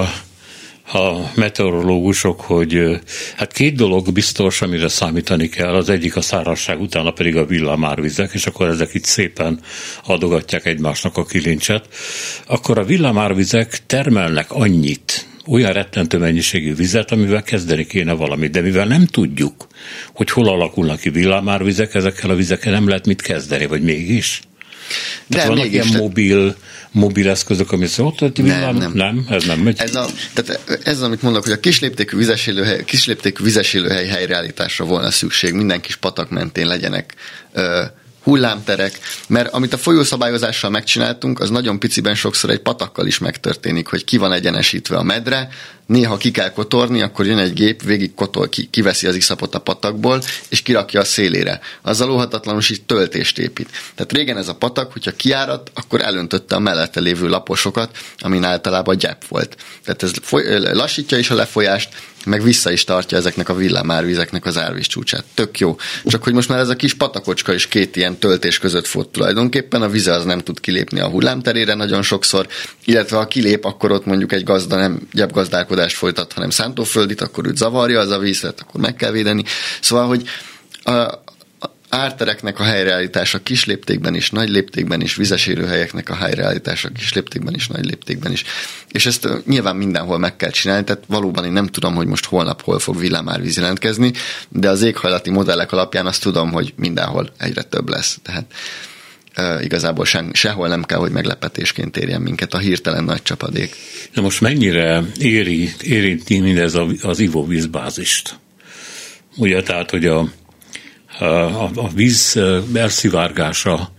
[SPEAKER 2] a meteorológusok, hogy hát két dolog biztos, amire számítani kell, az egyik a szárazság, utána pedig a villamárvizek, és akkor ezek itt szépen adogatják egymásnak a kilincset, akkor a villamárvizek termelnek annyit, olyan rettentő mennyiségű vizet, amivel kezdeni kéne valamit, de mivel nem tudjuk, hogy hol alakulnak ki villámárvizek, ezekkel a vizekkel nem lehet mit kezdeni, vagy mégis? De tehát vannak ilyen te... mobil, mobil eszközök, amit szólt, hogy villám... nem, nem. nem, ez nem megy.
[SPEAKER 3] Ez, a, tehát ez, amit mondok, hogy a kisléptékű vizesélőhely, kisléptékű vizesélőhely helyreállításra volna szükség, minden kis patak mentén legyenek ö, hullámterek, mert amit a folyószabályozással megcsináltunk, az nagyon piciben sokszor egy patakkal is megtörténik, hogy ki van egyenesítve a medre, néha ki kell kotorni, akkor jön egy gép, végig kotol, ki, kiveszi az iszapot a patakból, és kirakja a szélére. Azzal óhatatlanul is töltést épít. Tehát régen ez a patak, hogyha kiáradt, akkor elöntötte a mellette lévő laposokat, amin általában gyep volt. Tehát ez foly, lassítja is a lefolyást, meg vissza is tartja ezeknek a villámárvizeknek az árvíz csúcsát. Tök jó. Csak hogy most már ez a kis patakocska is két ilyen töltés között fut tulajdonképpen, a vize az nem tud kilépni a hullámterére nagyon sokszor, illetve ha kilép, akkor ott mondjuk egy gazda nem gyepgazdálkodást folytat, hanem szántóföldit, akkor őt zavarja az a vízet, akkor meg kell védeni. Szóval, hogy a ártereknek a helyreállítása kis léptékben is, nagy léptékben is, vizesérőhelyeknek a helyreállítása kis léptékben is, nagy léptékben is. És ezt nyilván mindenhol meg kell csinálni, tehát valóban én nem tudom, hogy most holnap hol fog villámárvíz jelentkezni, de az éghajlati modellek alapján azt tudom, hogy mindenhol egyre több lesz. Tehát e, igazából se, sehol nem kell, hogy meglepetésként érjen minket a hirtelen nagy csapadék.
[SPEAKER 2] Na most mennyire éri, érinti mindez az ivóvízbázist? Ugye, tehát, hogy a A, a víz elszivárgása,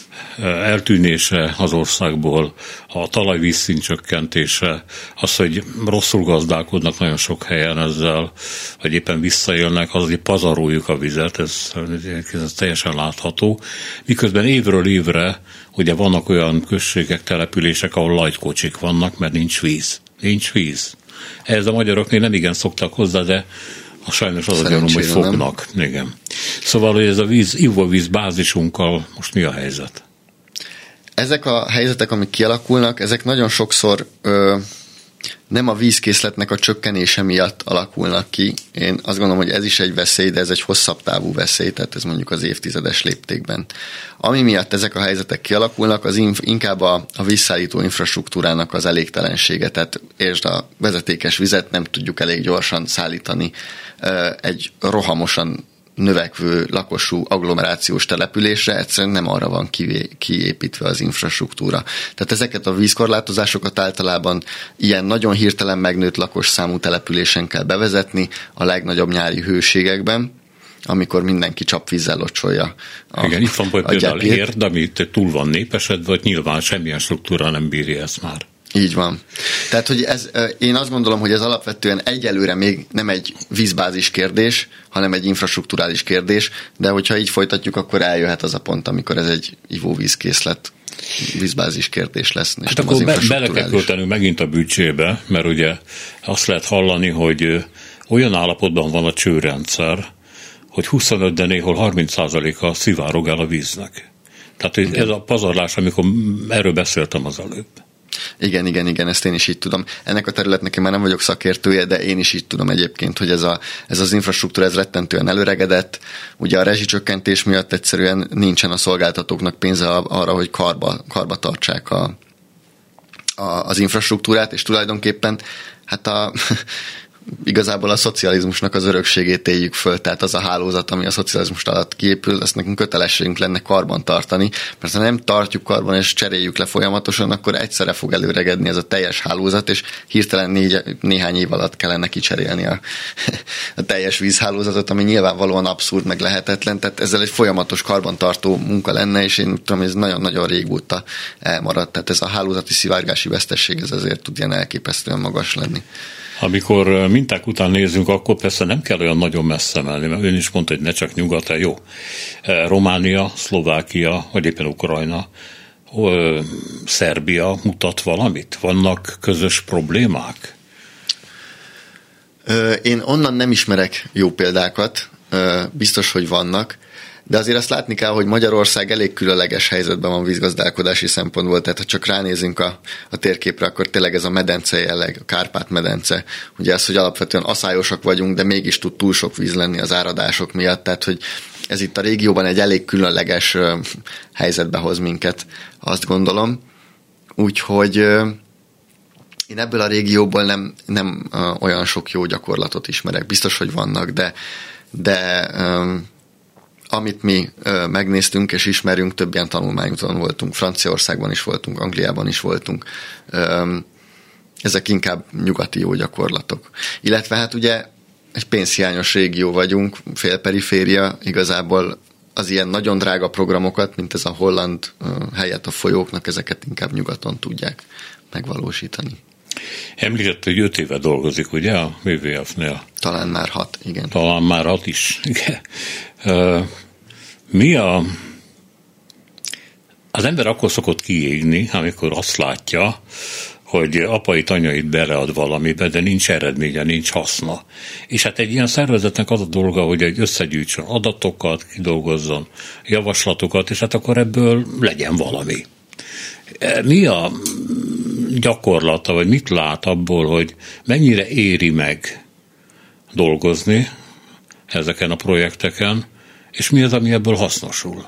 [SPEAKER 2] eltűnése az országból, a talajvízszint csökkentése, az, hogy rosszul gazdálkodnak nagyon sok helyen ezzel, vagy éppen visszaélnek, az, hogy pazaroljuk a vizet, ez, ez teljesen látható. Miközben évről évre ugye vannak olyan községek, települések, ahol lajtkocsik vannak, mert nincs víz. Nincs víz. Ehhez a magyarok még nem igen szoktak hozzá, de a sajnos az a gyanúm, hogy fognak. Igen. Szóval, hogy ez a víz, ivóvíz bázisunkkal most mi a helyzet?
[SPEAKER 3] Ezek a helyzetek, amik kialakulnak, ezek nagyon sokszor ö, nem a vízkészletnek a csökkenése miatt alakulnak ki. Én azt gondolom, hogy ez is egy veszély, de ez egy hosszabb távú veszély, tehát ez mondjuk az évtizedes léptékben. Ami miatt ezek a helyzetek kialakulnak, az inf- inkább a, a vízszállító infrastruktúrának az elégtelensége, tehát értsd, a vezetékes vizet nem tudjuk elég gyorsan szállítani egy rohamosan növekvő lakosú agglomerációs településre, egyszerűen nem arra van kiépítve az infrastruktúra. Tehát ezeket a vízkorlátozásokat általában ilyen nagyon hirtelen megnőtt lakosszámú településen kell bevezetni a legnagyobb nyári hőségekben, amikor mindenki csapvízzel locsolja a,
[SPEAKER 2] igen, itt van például Érd, amit túl van népesedve, vagy nyilván semmilyen struktúra nem bírja ezt már.
[SPEAKER 3] Így van. Tehát, hogy ez, én azt gondolom, hogy ez alapvetően egyelőre még nem egy vízbázis kérdés, hanem egy infrastrukturális kérdés, de hogyha így folytatjuk, akkor eljöhet az a pont, amikor ez egy ivóvízkészlet, vízbázis kérdés lesz.
[SPEAKER 2] Hát akkor be, bele kell költenünk megint a büdzsébe, mert ugye azt lehet hallani, hogy olyan állapotban van a csőrendszer, hogy huszonöt, de néhol harminc százaléka szivárog el a víznek. Tehát igen. Ez a pazarlás, amikor erről beszéltem az előbb.
[SPEAKER 3] Igen, igen, igen, ezt én is így tudom. Ennek a területnek én már nem vagyok szakértője, de én is így tudom egyébként, hogy ez, a, ez az infrastruktúra ez rettentően előregedett. Ugye a rezsicsökkentés miatt egyszerűen nincsen a szolgáltatóknak pénze arra, hogy karba, karba tartsák a, a, az infrastruktúrát, és tulajdonképpen hát a igazából a szocializmusnak az örökségét éljük föl, tehát az a hálózat, ami a szocializmus alatt kiépül, ezt nekünk kötelességünk lenne karban tartani, mert ha nem tartjuk karban és cseréljük le folyamatosan, akkor egyszerre fog előregedni ez a teljes hálózat, és hirtelen négy, néhány év alatt kellene kicserélni a, a teljes vízhálózatot, ami nyilvánvalóan abszurd, meg lehetetlen, tehát ezzel egy folyamatos karbantartó munka lenne, és én tudom, ez nagyon-nagyon régóta elmaradt, tehát ez a hálózati szivárgási vesztesség, ez azért tud ilyen elképesztően magas lenni.
[SPEAKER 2] Amikor minták után nézzünk, akkor persze nem kell olyan nagyon messze menni, mert ön is mondta, hogy ne csak nyugat, jó. Románia, Szlovákia, vagy éppen Ukrajna, Szerbia mutat valamit? Vannak közös problémák?
[SPEAKER 3] Én onnan nem ismerek jó példákat, biztos, hogy vannak, de azért azt látni kell, hogy Magyarország elég különleges helyzetben van vízgazdálkodási szempontból, tehát ha csak ránézünk a, a térképre, akkor tényleg ez a medence jelleg, a Kárpát-medence, ugye az, hogy alapvetően aszályosak vagyunk, de mégis tud túl sok víz lenni az áradások miatt, tehát hogy ez itt a régióban egy elég különleges helyzetbe hoz minket, azt gondolom. Úgyhogy én ebből a régióból nem, nem olyan sok jó gyakorlatot ismerek. Biztos, hogy vannak, de, de amit mi ö, megnéztünk és ismerünk, több ilyen tanulmányúton voltunk, Franciaországban is voltunk, Angliában is voltunk, ö, ezek inkább nyugati jó gyakorlatok. Illetve hát ugye egy pénzhiányos régió vagyunk, félperiféria, igazából az ilyen nagyon drága programokat, mint ez a holland ö, helyett a folyóknak, ezeket inkább nyugaton tudják megvalósítani.
[SPEAKER 2] Említett, hogy öt éve dolgozik, ugye, a vé vé ef-nél?
[SPEAKER 3] Talán már hat, igen.
[SPEAKER 2] Talán már hat is, igen. Mi a... Az ember akkor szokott kiégni, amikor azt látja, hogy apait, anyait belead valamibe, de nincs eredménye, nincs haszna. És hát egy ilyen szervezetnek az a dolga, hogy egy összegyűjtsön adatokat, kidolgozzon javaslatokat, és hát akkor ebből legyen valami. Mi a gyakorlata, vagy mit lát abból, hogy mennyire éri meg dolgozni ezeken a projekteken, és mi az, ami ebből hasznosul?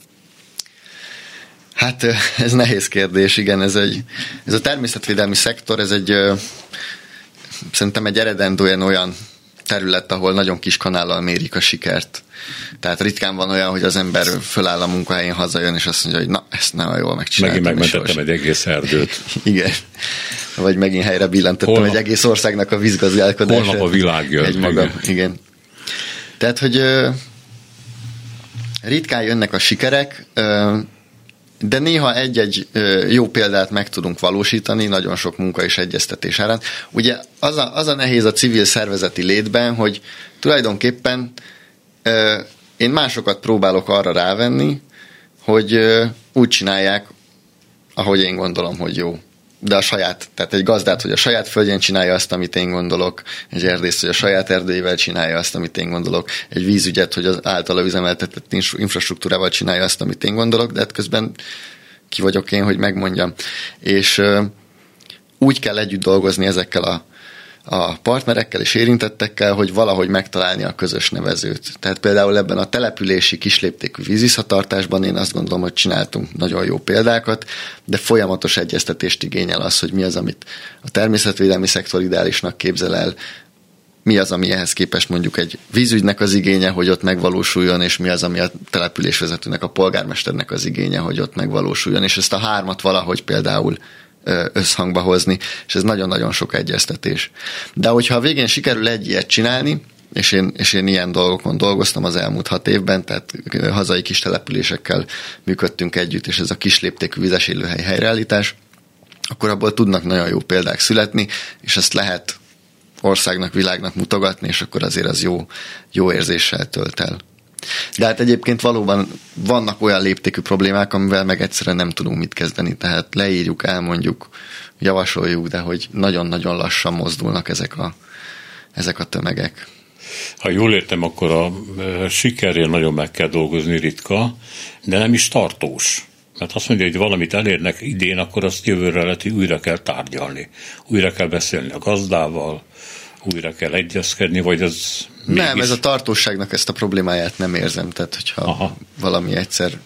[SPEAKER 3] Hát ez nehéz kérdés, igen, ez, egy, ez a természetvédelmi szektor, ez egy szerintem egy eredendően olyan terület, ahol nagyon kis kanállal mérik a sikert. Tehát ritkán van olyan, hogy az ember föláll a munkahelyén, hazajön, és azt mondja, hogy na, ezt nem jól megcsináltam.
[SPEAKER 2] Megint megmentettem egy egész erdőt.
[SPEAKER 3] Igen. Vagy megint helyre billentettem holnap, egy egész országnak a vízgazdálkodását.
[SPEAKER 2] Holnap a világ jön.
[SPEAKER 3] Egy magam, igen. igen. Tehát, hogy ö, ritkán jönnek a sikerek, ö, de néha egy-egy ö, jó példát meg tudunk valósítani, nagyon sok munka és egyeztetés árán. Ugye az a, az a nehéz a civil szervezeti létben, hogy tulajdonképpen ö, én másokat próbálok arra rávenni, hogy ö, úgy csinálják, ahogy én gondolom, hogy jó. De a saját, tehát egy gazdát, hogy a saját földjén csinálja azt, amit én gondolok, egy erdészt, hogy a saját erdőjével csinálja azt, amit én gondolok, egy vízügyet, hogy az általa üzemeltetett infrastruktúrával csinálja azt, amit én gondolok, de hát közben ki vagyok én, hogy megmondjam. És uh, úgy kell együtt dolgozni ezekkel a, a partnerekkel és érintettekkel, hogy valahogy megtalálni a közös nevezőt. Tehát például ebben a települési kisléptékű vízvisszatartásban én azt gondolom, hogy csináltunk nagyon jó példákat, de folyamatos egyeztetést igényel az, hogy mi az, amit a természetvédelmi szektor ideálisnak képzel el, mi az, ami ehhez képest mondjuk egy vízügynek az igénye, hogy ott megvalósuljon, és mi az, ami a településvezetőnek, a polgármesternek az igénye, hogy ott megvalósuljon, és ezt a hármat valahogy például összhangba hozni, és ez nagyon-nagyon sok egyeztetés. De hogyha a végén sikerül egy ilyet csinálni, és én, és én ilyen dolgokon dolgoztam az elmúlt hat évben, tehát hazai kis településekkel működtünk együtt, és ez a kisléptékű vizes élőhely helyreállítás, akkor abból tudnak nagyon jó példák születni, és ezt lehet országnak, világnak mutogatni, és akkor azért az jó, jó érzéssel tölt el. De hát egyébként valóban vannak olyan léptékű problémák, amivel meg egyszerűen nem tudunk mit kezdeni, tehát leírjuk, elmondjuk, javasoljuk, de hogy nagyon-nagyon lassan mozdulnak ezek a, ezek a tömegek.
[SPEAKER 2] Ha jól értem, akkor a sikerrel nagyon meg kell dolgozni, ritka, de nem is tartós. Mert azt mondja, hogy valamit elérnek idén, akkor azt jövőre lehet, hogy újra kell tárgyalni. Újra kell beszélni a gazdával, újra kell egyezkedni, vagy az...
[SPEAKER 3] Nem,
[SPEAKER 2] mégis...
[SPEAKER 3] ez a tartóságnak ezt a problémáját nem érzem. Tehát, hogyha Aha. valami egyszer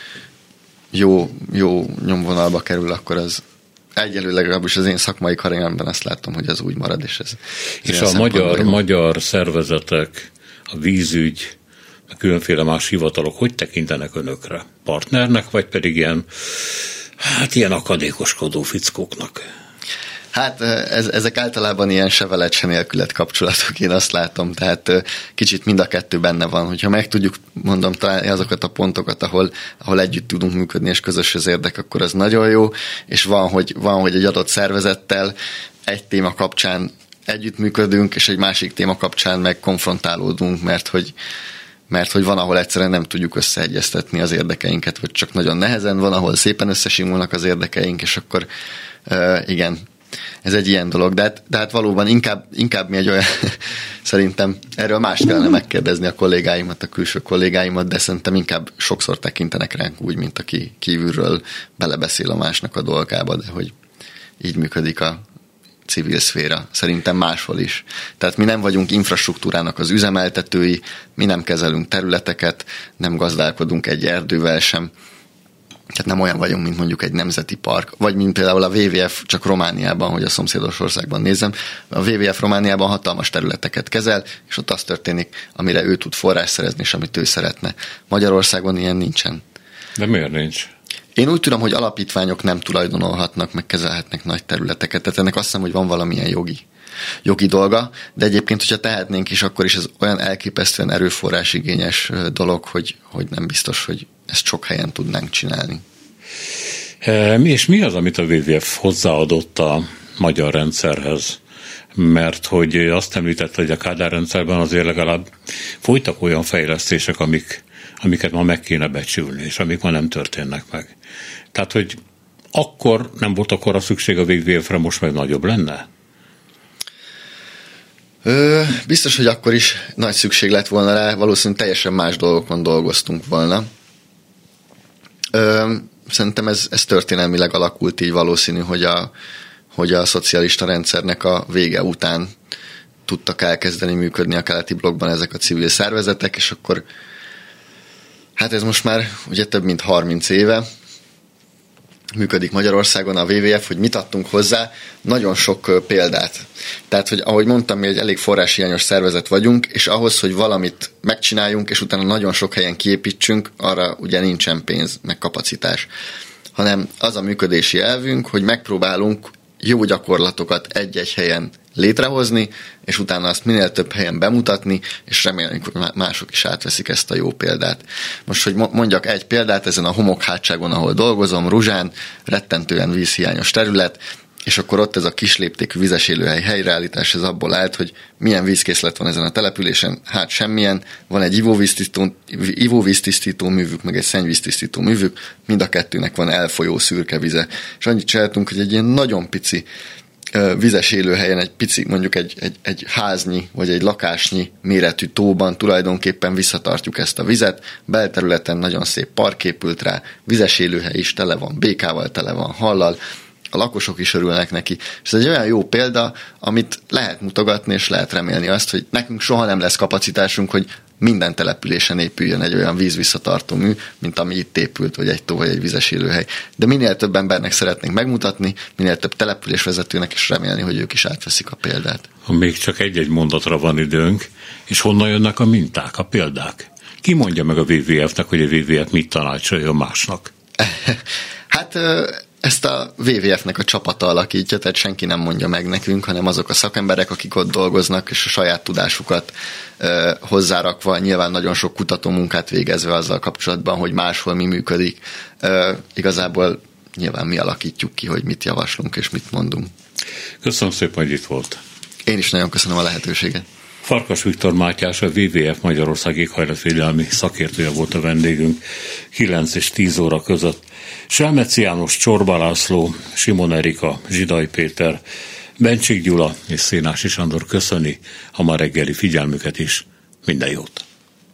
[SPEAKER 3] jó, jó nyomvonalba kerül, akkor az egyelőleg legalábbis az én szakmai karrieremben azt látom, hogy az úgy marad. És, ez,
[SPEAKER 2] és a magyar, magyar szervezetek, a vízügy, a különféle más hivatalok hogy tekintenek önökre? Partnernek, vagy pedig ilyen, hát ilyen akadékoskodó fickóknak?
[SPEAKER 3] Hát ez, ezek általában ilyen se veled, se nélkület kapcsolatok, én azt látom, tehát kicsit mind a kettő benne van, hogyha meg tudjuk, mondom, találni azokat a pontokat, ahol, ahol együtt tudunk működni, és közös az érdek, akkor az nagyon jó, és van, hogy, van, hogy egy adott szervezettel egy téma kapcsán együttműködünk, és egy másik téma kapcsán meg konfrontálódunk, mert hogy mert hogy van, ahol egyszerűen nem tudjuk összeegyeztetni az érdekeinket, vagy csak nagyon nehezen, van, ahol szépen összesimulnak az érdekeink, és akkor uh, igen, ez egy ilyen dolog, de hát, de hát valóban inkább, inkább mi egy olyan, szerintem erről mást kellene megkérdezni a kollégáimat, a külső kollégáimat, de szerintem inkább sokszor tekintenek ránk úgy, mint aki kívülről belebeszél a másnak a dolgába, de hogy így működik a civil szféra, szerintem máshol is. Tehát mi nem vagyunk infrastruktúrának az üzemeltetői, mi nem kezelünk területeket, nem gazdálkodunk egy erdővel sem, tehát nem olyan vagyunk, mint mondjuk egy nemzeti park, vagy mint például a dupla vé vé ef, csak Romániában, hogy a szomszédos országban nézem, a dupla vé vé ef Romániában hatalmas területeket kezel, és ott az történik, amire ő tud forrás szerezni, és amit ő szeretne. Magyarországon ilyen nincsen.
[SPEAKER 2] De miért nincs?
[SPEAKER 3] Én úgy tudom, hogy alapítványok nem tulajdonolhatnak, meg kezelhetnek nagy területeket, tehát ennek azt hiszem, hogy van valamilyen jogi, jogi dolga, de egyébként, hogyha tehetnénk is, akkor is ez olyan elképesztően erőforrásigényes dolog, hogy, hogy nem biztos, hogy ezt sok helyen tudnánk csinálni.
[SPEAKER 2] E, és mi az, amit a dupla vé vé ef hozzáadott a magyar rendszerhez? Mert hogy azt említett, hogy a Kádár rendszerben azért legalább folytak olyan fejlesztések, amik, amiket ma meg kéne becsülni, és amik ma nem történnek meg. Tehát, hogy akkor nem volt akkora szükség a dupla vé vé ef-re, most meg nagyobb lenne?
[SPEAKER 3] Ö, biztos, hogy akkor is nagy szükség lett volna rá, valószínűleg teljesen más dolgokon dolgoztunk volna. Ö, szerintem ez, ez történelmileg alakult így, valószínű, hogy a, hogy a szocialista rendszernek a vége után tudtak elkezdeni működni a keleti blokkban ezek a civil szervezetek, és akkor hát ez most már ugye több mint harminc éve működik Magyarországon a dupla vé vé ef, hogy mit adtunk hozzá, nagyon sok példát. Tehát, hogy ahogy mondtam, mi egy elég forráshiányos szervezet vagyunk, és ahhoz, hogy valamit megcsináljunk, és utána nagyon sok helyen kiépítsünk, arra ugye nincsen pénz, meg kapacitás. Hanem az a működési elvünk, hogy megpróbálunk jó gyakorlatokat egy-egy helyen létrehozni, és utána azt minél több helyen bemutatni, és reméljük, hogy mások is átveszik ezt a jó példát. Most, hogy mondjak egy példát, ezen a homokhátságon, ahol dolgozom, Ruzsán, rettentően vízhiányos terület, és akkor ott ez a kisléptékű vizes élőhely helyreállítás, ez abból állt, hogy milyen vízkészlet van ezen a településen, hát semmilyen, van egy ivóvíztisztító, ivóvíztisztító művük, meg egy szennyvíztisztító művük, mind a kettőnek van elfolyó szürke vize. És annyit csináltunk, hogy egy ilyen nagyon pici vizes élőhelyen, egy pici, mondjuk egy, egy, egy háznyi, vagy egy lakásnyi méretű tóban tulajdonképpen visszatartjuk ezt a vizet, belterületen nagyon szép park épült rá, vizes élőhely is tele van békával, tele van hallal, a lakosok is örülnek neki. És ez egy olyan jó példa, amit lehet mutogatni, és lehet remélni azt, hogy nekünk soha nem lesz kapacitásunk, hogy minden településen épüljön egy olyan vízvisszatartó mű, mint ami itt épült, vagy egy tó, vagy egy vizes élőhely. De minél több embernek szeretnénk megmutatni, minél több településvezetőnek is remélni, hogy ők is átveszik a példát.
[SPEAKER 2] Ha még csak egy-egy mondatra van időnk, és honnan jönnek a minták, a példák? Ki mondja meg a dupla vé vé ef-nek, hogy a dupla vé vé ef mit tanácsoljon másnak?
[SPEAKER 3] Hát ezt a vé vé ef-nek a csapata alakítja, tehát senki nem mondja meg nekünk, hanem azok a szakemberek, akik ott dolgoznak, és a saját tudásukat ö, hozzárakva, nyilván nagyon sok kutatómunkát végezve azzal kapcsolatban, hogy máshol mi működik. Ö, igazából nyilván mi alakítjuk ki, hogy mit javaslunk és mit mondunk.
[SPEAKER 2] Köszönöm szépen, hogy itt volt.
[SPEAKER 3] Én is nagyon köszönöm a lehetőséget.
[SPEAKER 2] Farkas Viktor Mátyás, a vé vé ef Magyarország éghajlatvédelmi szakértője volt a vendégünk kilenc és tíz óra között. Selmeci János, Csorba László, Simon Erika, Zsidai Péter, Bencsik Gyula és Szénási Sándor köszöni a ma reggeli figyelmüket is. Minden jót!